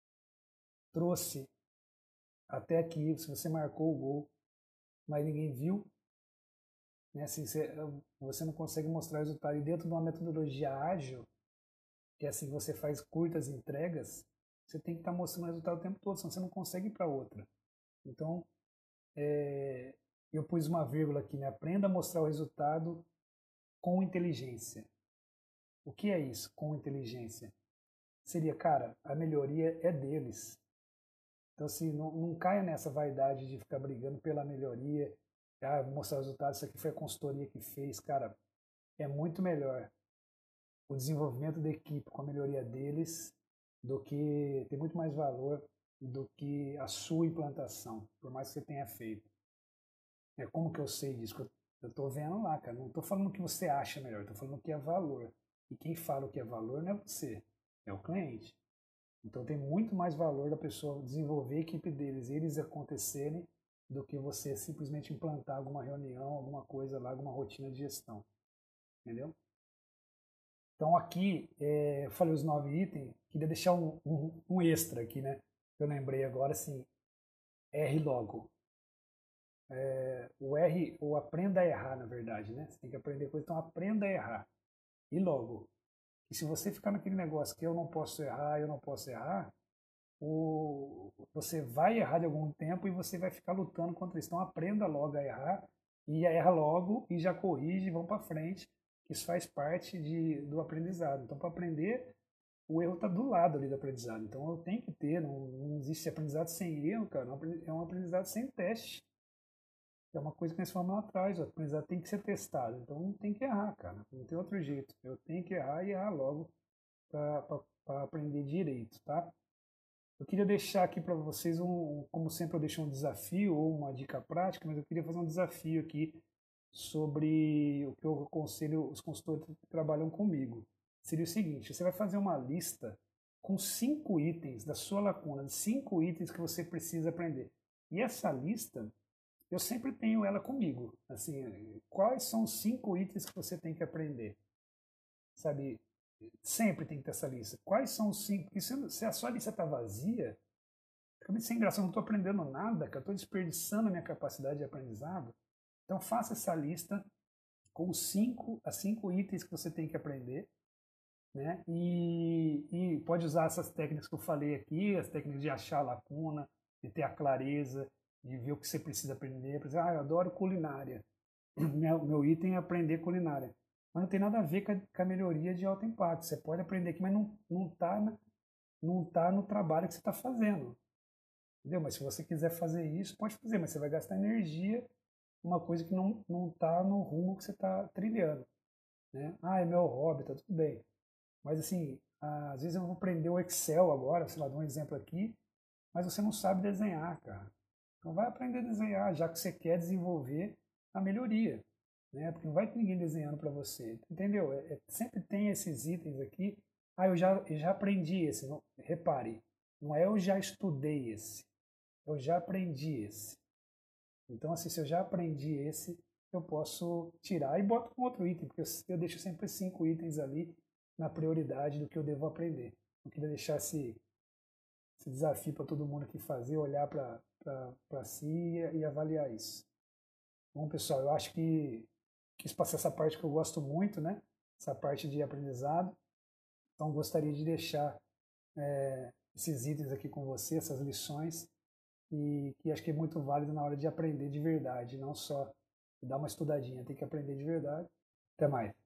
trouxe até aqui, se você marcou o gol, mas ninguém viu, né, assim, você, você não consegue mostrar o resultado. E dentro de uma metodologia ágil, que é assim, você faz curtas entregas, você tem que estar mostrando o resultado o tempo todo, senão você não consegue ir para outra. Então, é, eu pus uma vírgula aqui, né? Aprenda a mostrar o resultado com inteligência. O que é isso, com inteligência? Seria, cara, a melhoria é deles. Então, assim, não, não caia nessa vaidade de ficar brigando pela melhoria, ah, mostrar o resultado, isso aqui foi a consultoria que fez. Cara, é muito melhor o desenvolvimento da equipe com a melhoria deles do que, tem muito mais valor do que a sua implantação, por mais que você tenha feito. É como que eu sei disso? Eu estou vendo lá, cara. Não estou falando o que você acha melhor, estou falando o que é valor. E quem fala o que é valor não é você, é o cliente. Então tem muito mais valor da pessoa desenvolver a equipe deles, eles acontecerem, do que você simplesmente implantar alguma reunião, alguma coisa lá, alguma rotina de gestão. Entendeu? Então aqui, é, eu falei os nove itens, queria deixar um, um, um extra aqui, né? Eu lembrei agora, assim, R logo. É, o R, ou aprenda a errar, na verdade, né? Você tem que aprender coisa, então aprenda a errar. E logo. E se você ficar naquele negócio que eu não posso errar, eu não posso errar, o, você vai errar de algum tempo e você vai ficar lutando contra isso. Então aprenda logo a errar, e erra logo e já corrige, vão para frente. Isso faz parte de, do aprendizado. Então, para aprender o erro está do lado ali do aprendizado. Então eu tenho que ter, não, não existe aprendizado sem erro, cara. É um aprendizado sem teste. É uma coisa que nós falamos lá atrás, o aprendizado tem que ser testado. Então não tem que errar, cara. Não tem outro jeito. Eu tenho que errar e errar logo para aprender direito, tá? Eu queria deixar aqui para vocês, um, como sempre eu deixo um desafio ou uma dica prática, mas eu queria fazer um desafio aqui sobre o que eu aconselho os consultores que trabalham comigo. Seria o seguinte, você vai fazer uma lista com cinco itens da sua lacuna, cinco itens que você precisa aprender. E essa lista, eu sempre tenho ela comigo. Assim, quais são os cinco itens que você tem que aprender? Sabe, sempre tem que ter essa lista. Quais são os cinco? Porque se, se a sua lista está vazia, fica muito sem graça, eu não estou aprendendo nada, que eu estou desperdiçando a minha capacidade de aprendizado. Então faça essa lista com os cinco, as cinco itens que você tem que aprender, né? E, e pode usar essas técnicas que eu falei aqui, as técnicas de achar a lacuna, de ter a clareza, de ver o que você precisa aprender. Por exemplo, ah, eu adoro culinária. Meu, meu item é aprender culinária. Mas não tem nada a ver com a, com a melhoria de alto impacto. Você pode aprender aqui, mas não não está não tá no trabalho que você está fazendo. Entendeu? Mas se você quiser fazer isso, pode fazer, mas você vai gastar energia uma coisa que não não está no rumo que você está trilhando, né? Ah, é meu hobby, tá tudo bem. Mas assim, às vezes eu vou aprender o Excel agora, sei lá, dou um exemplo aqui, mas você não sabe desenhar, cara. Então vai aprender a desenhar, já que você quer desenvolver a melhoria, né? Porque não vai ter ninguém desenhando para você, entendeu? É, é, sempre tem esses itens aqui. Ah, eu já, eu já aprendi esse. Não, repare, não é eu já estudei esse, eu já aprendi esse. Então, assim, se eu já aprendi esse, eu posso tirar e boto um outro item, porque eu, eu deixo sempre cinco itens ali na prioridade do que eu devo aprender. Eu queria deixar esse, esse desafio para todo mundo aqui fazer, olhar para si e, e avaliar isso. Bom, pessoal, eu acho que quis passar essa parte que eu gosto muito, né? Essa parte de aprendizado. Então, gostaria de deixar é, esses itens aqui com você, essas lições, e que acho que é muito válido na hora de aprender de verdade, não só dar uma estudadinha, tem que aprender de verdade. Até mais.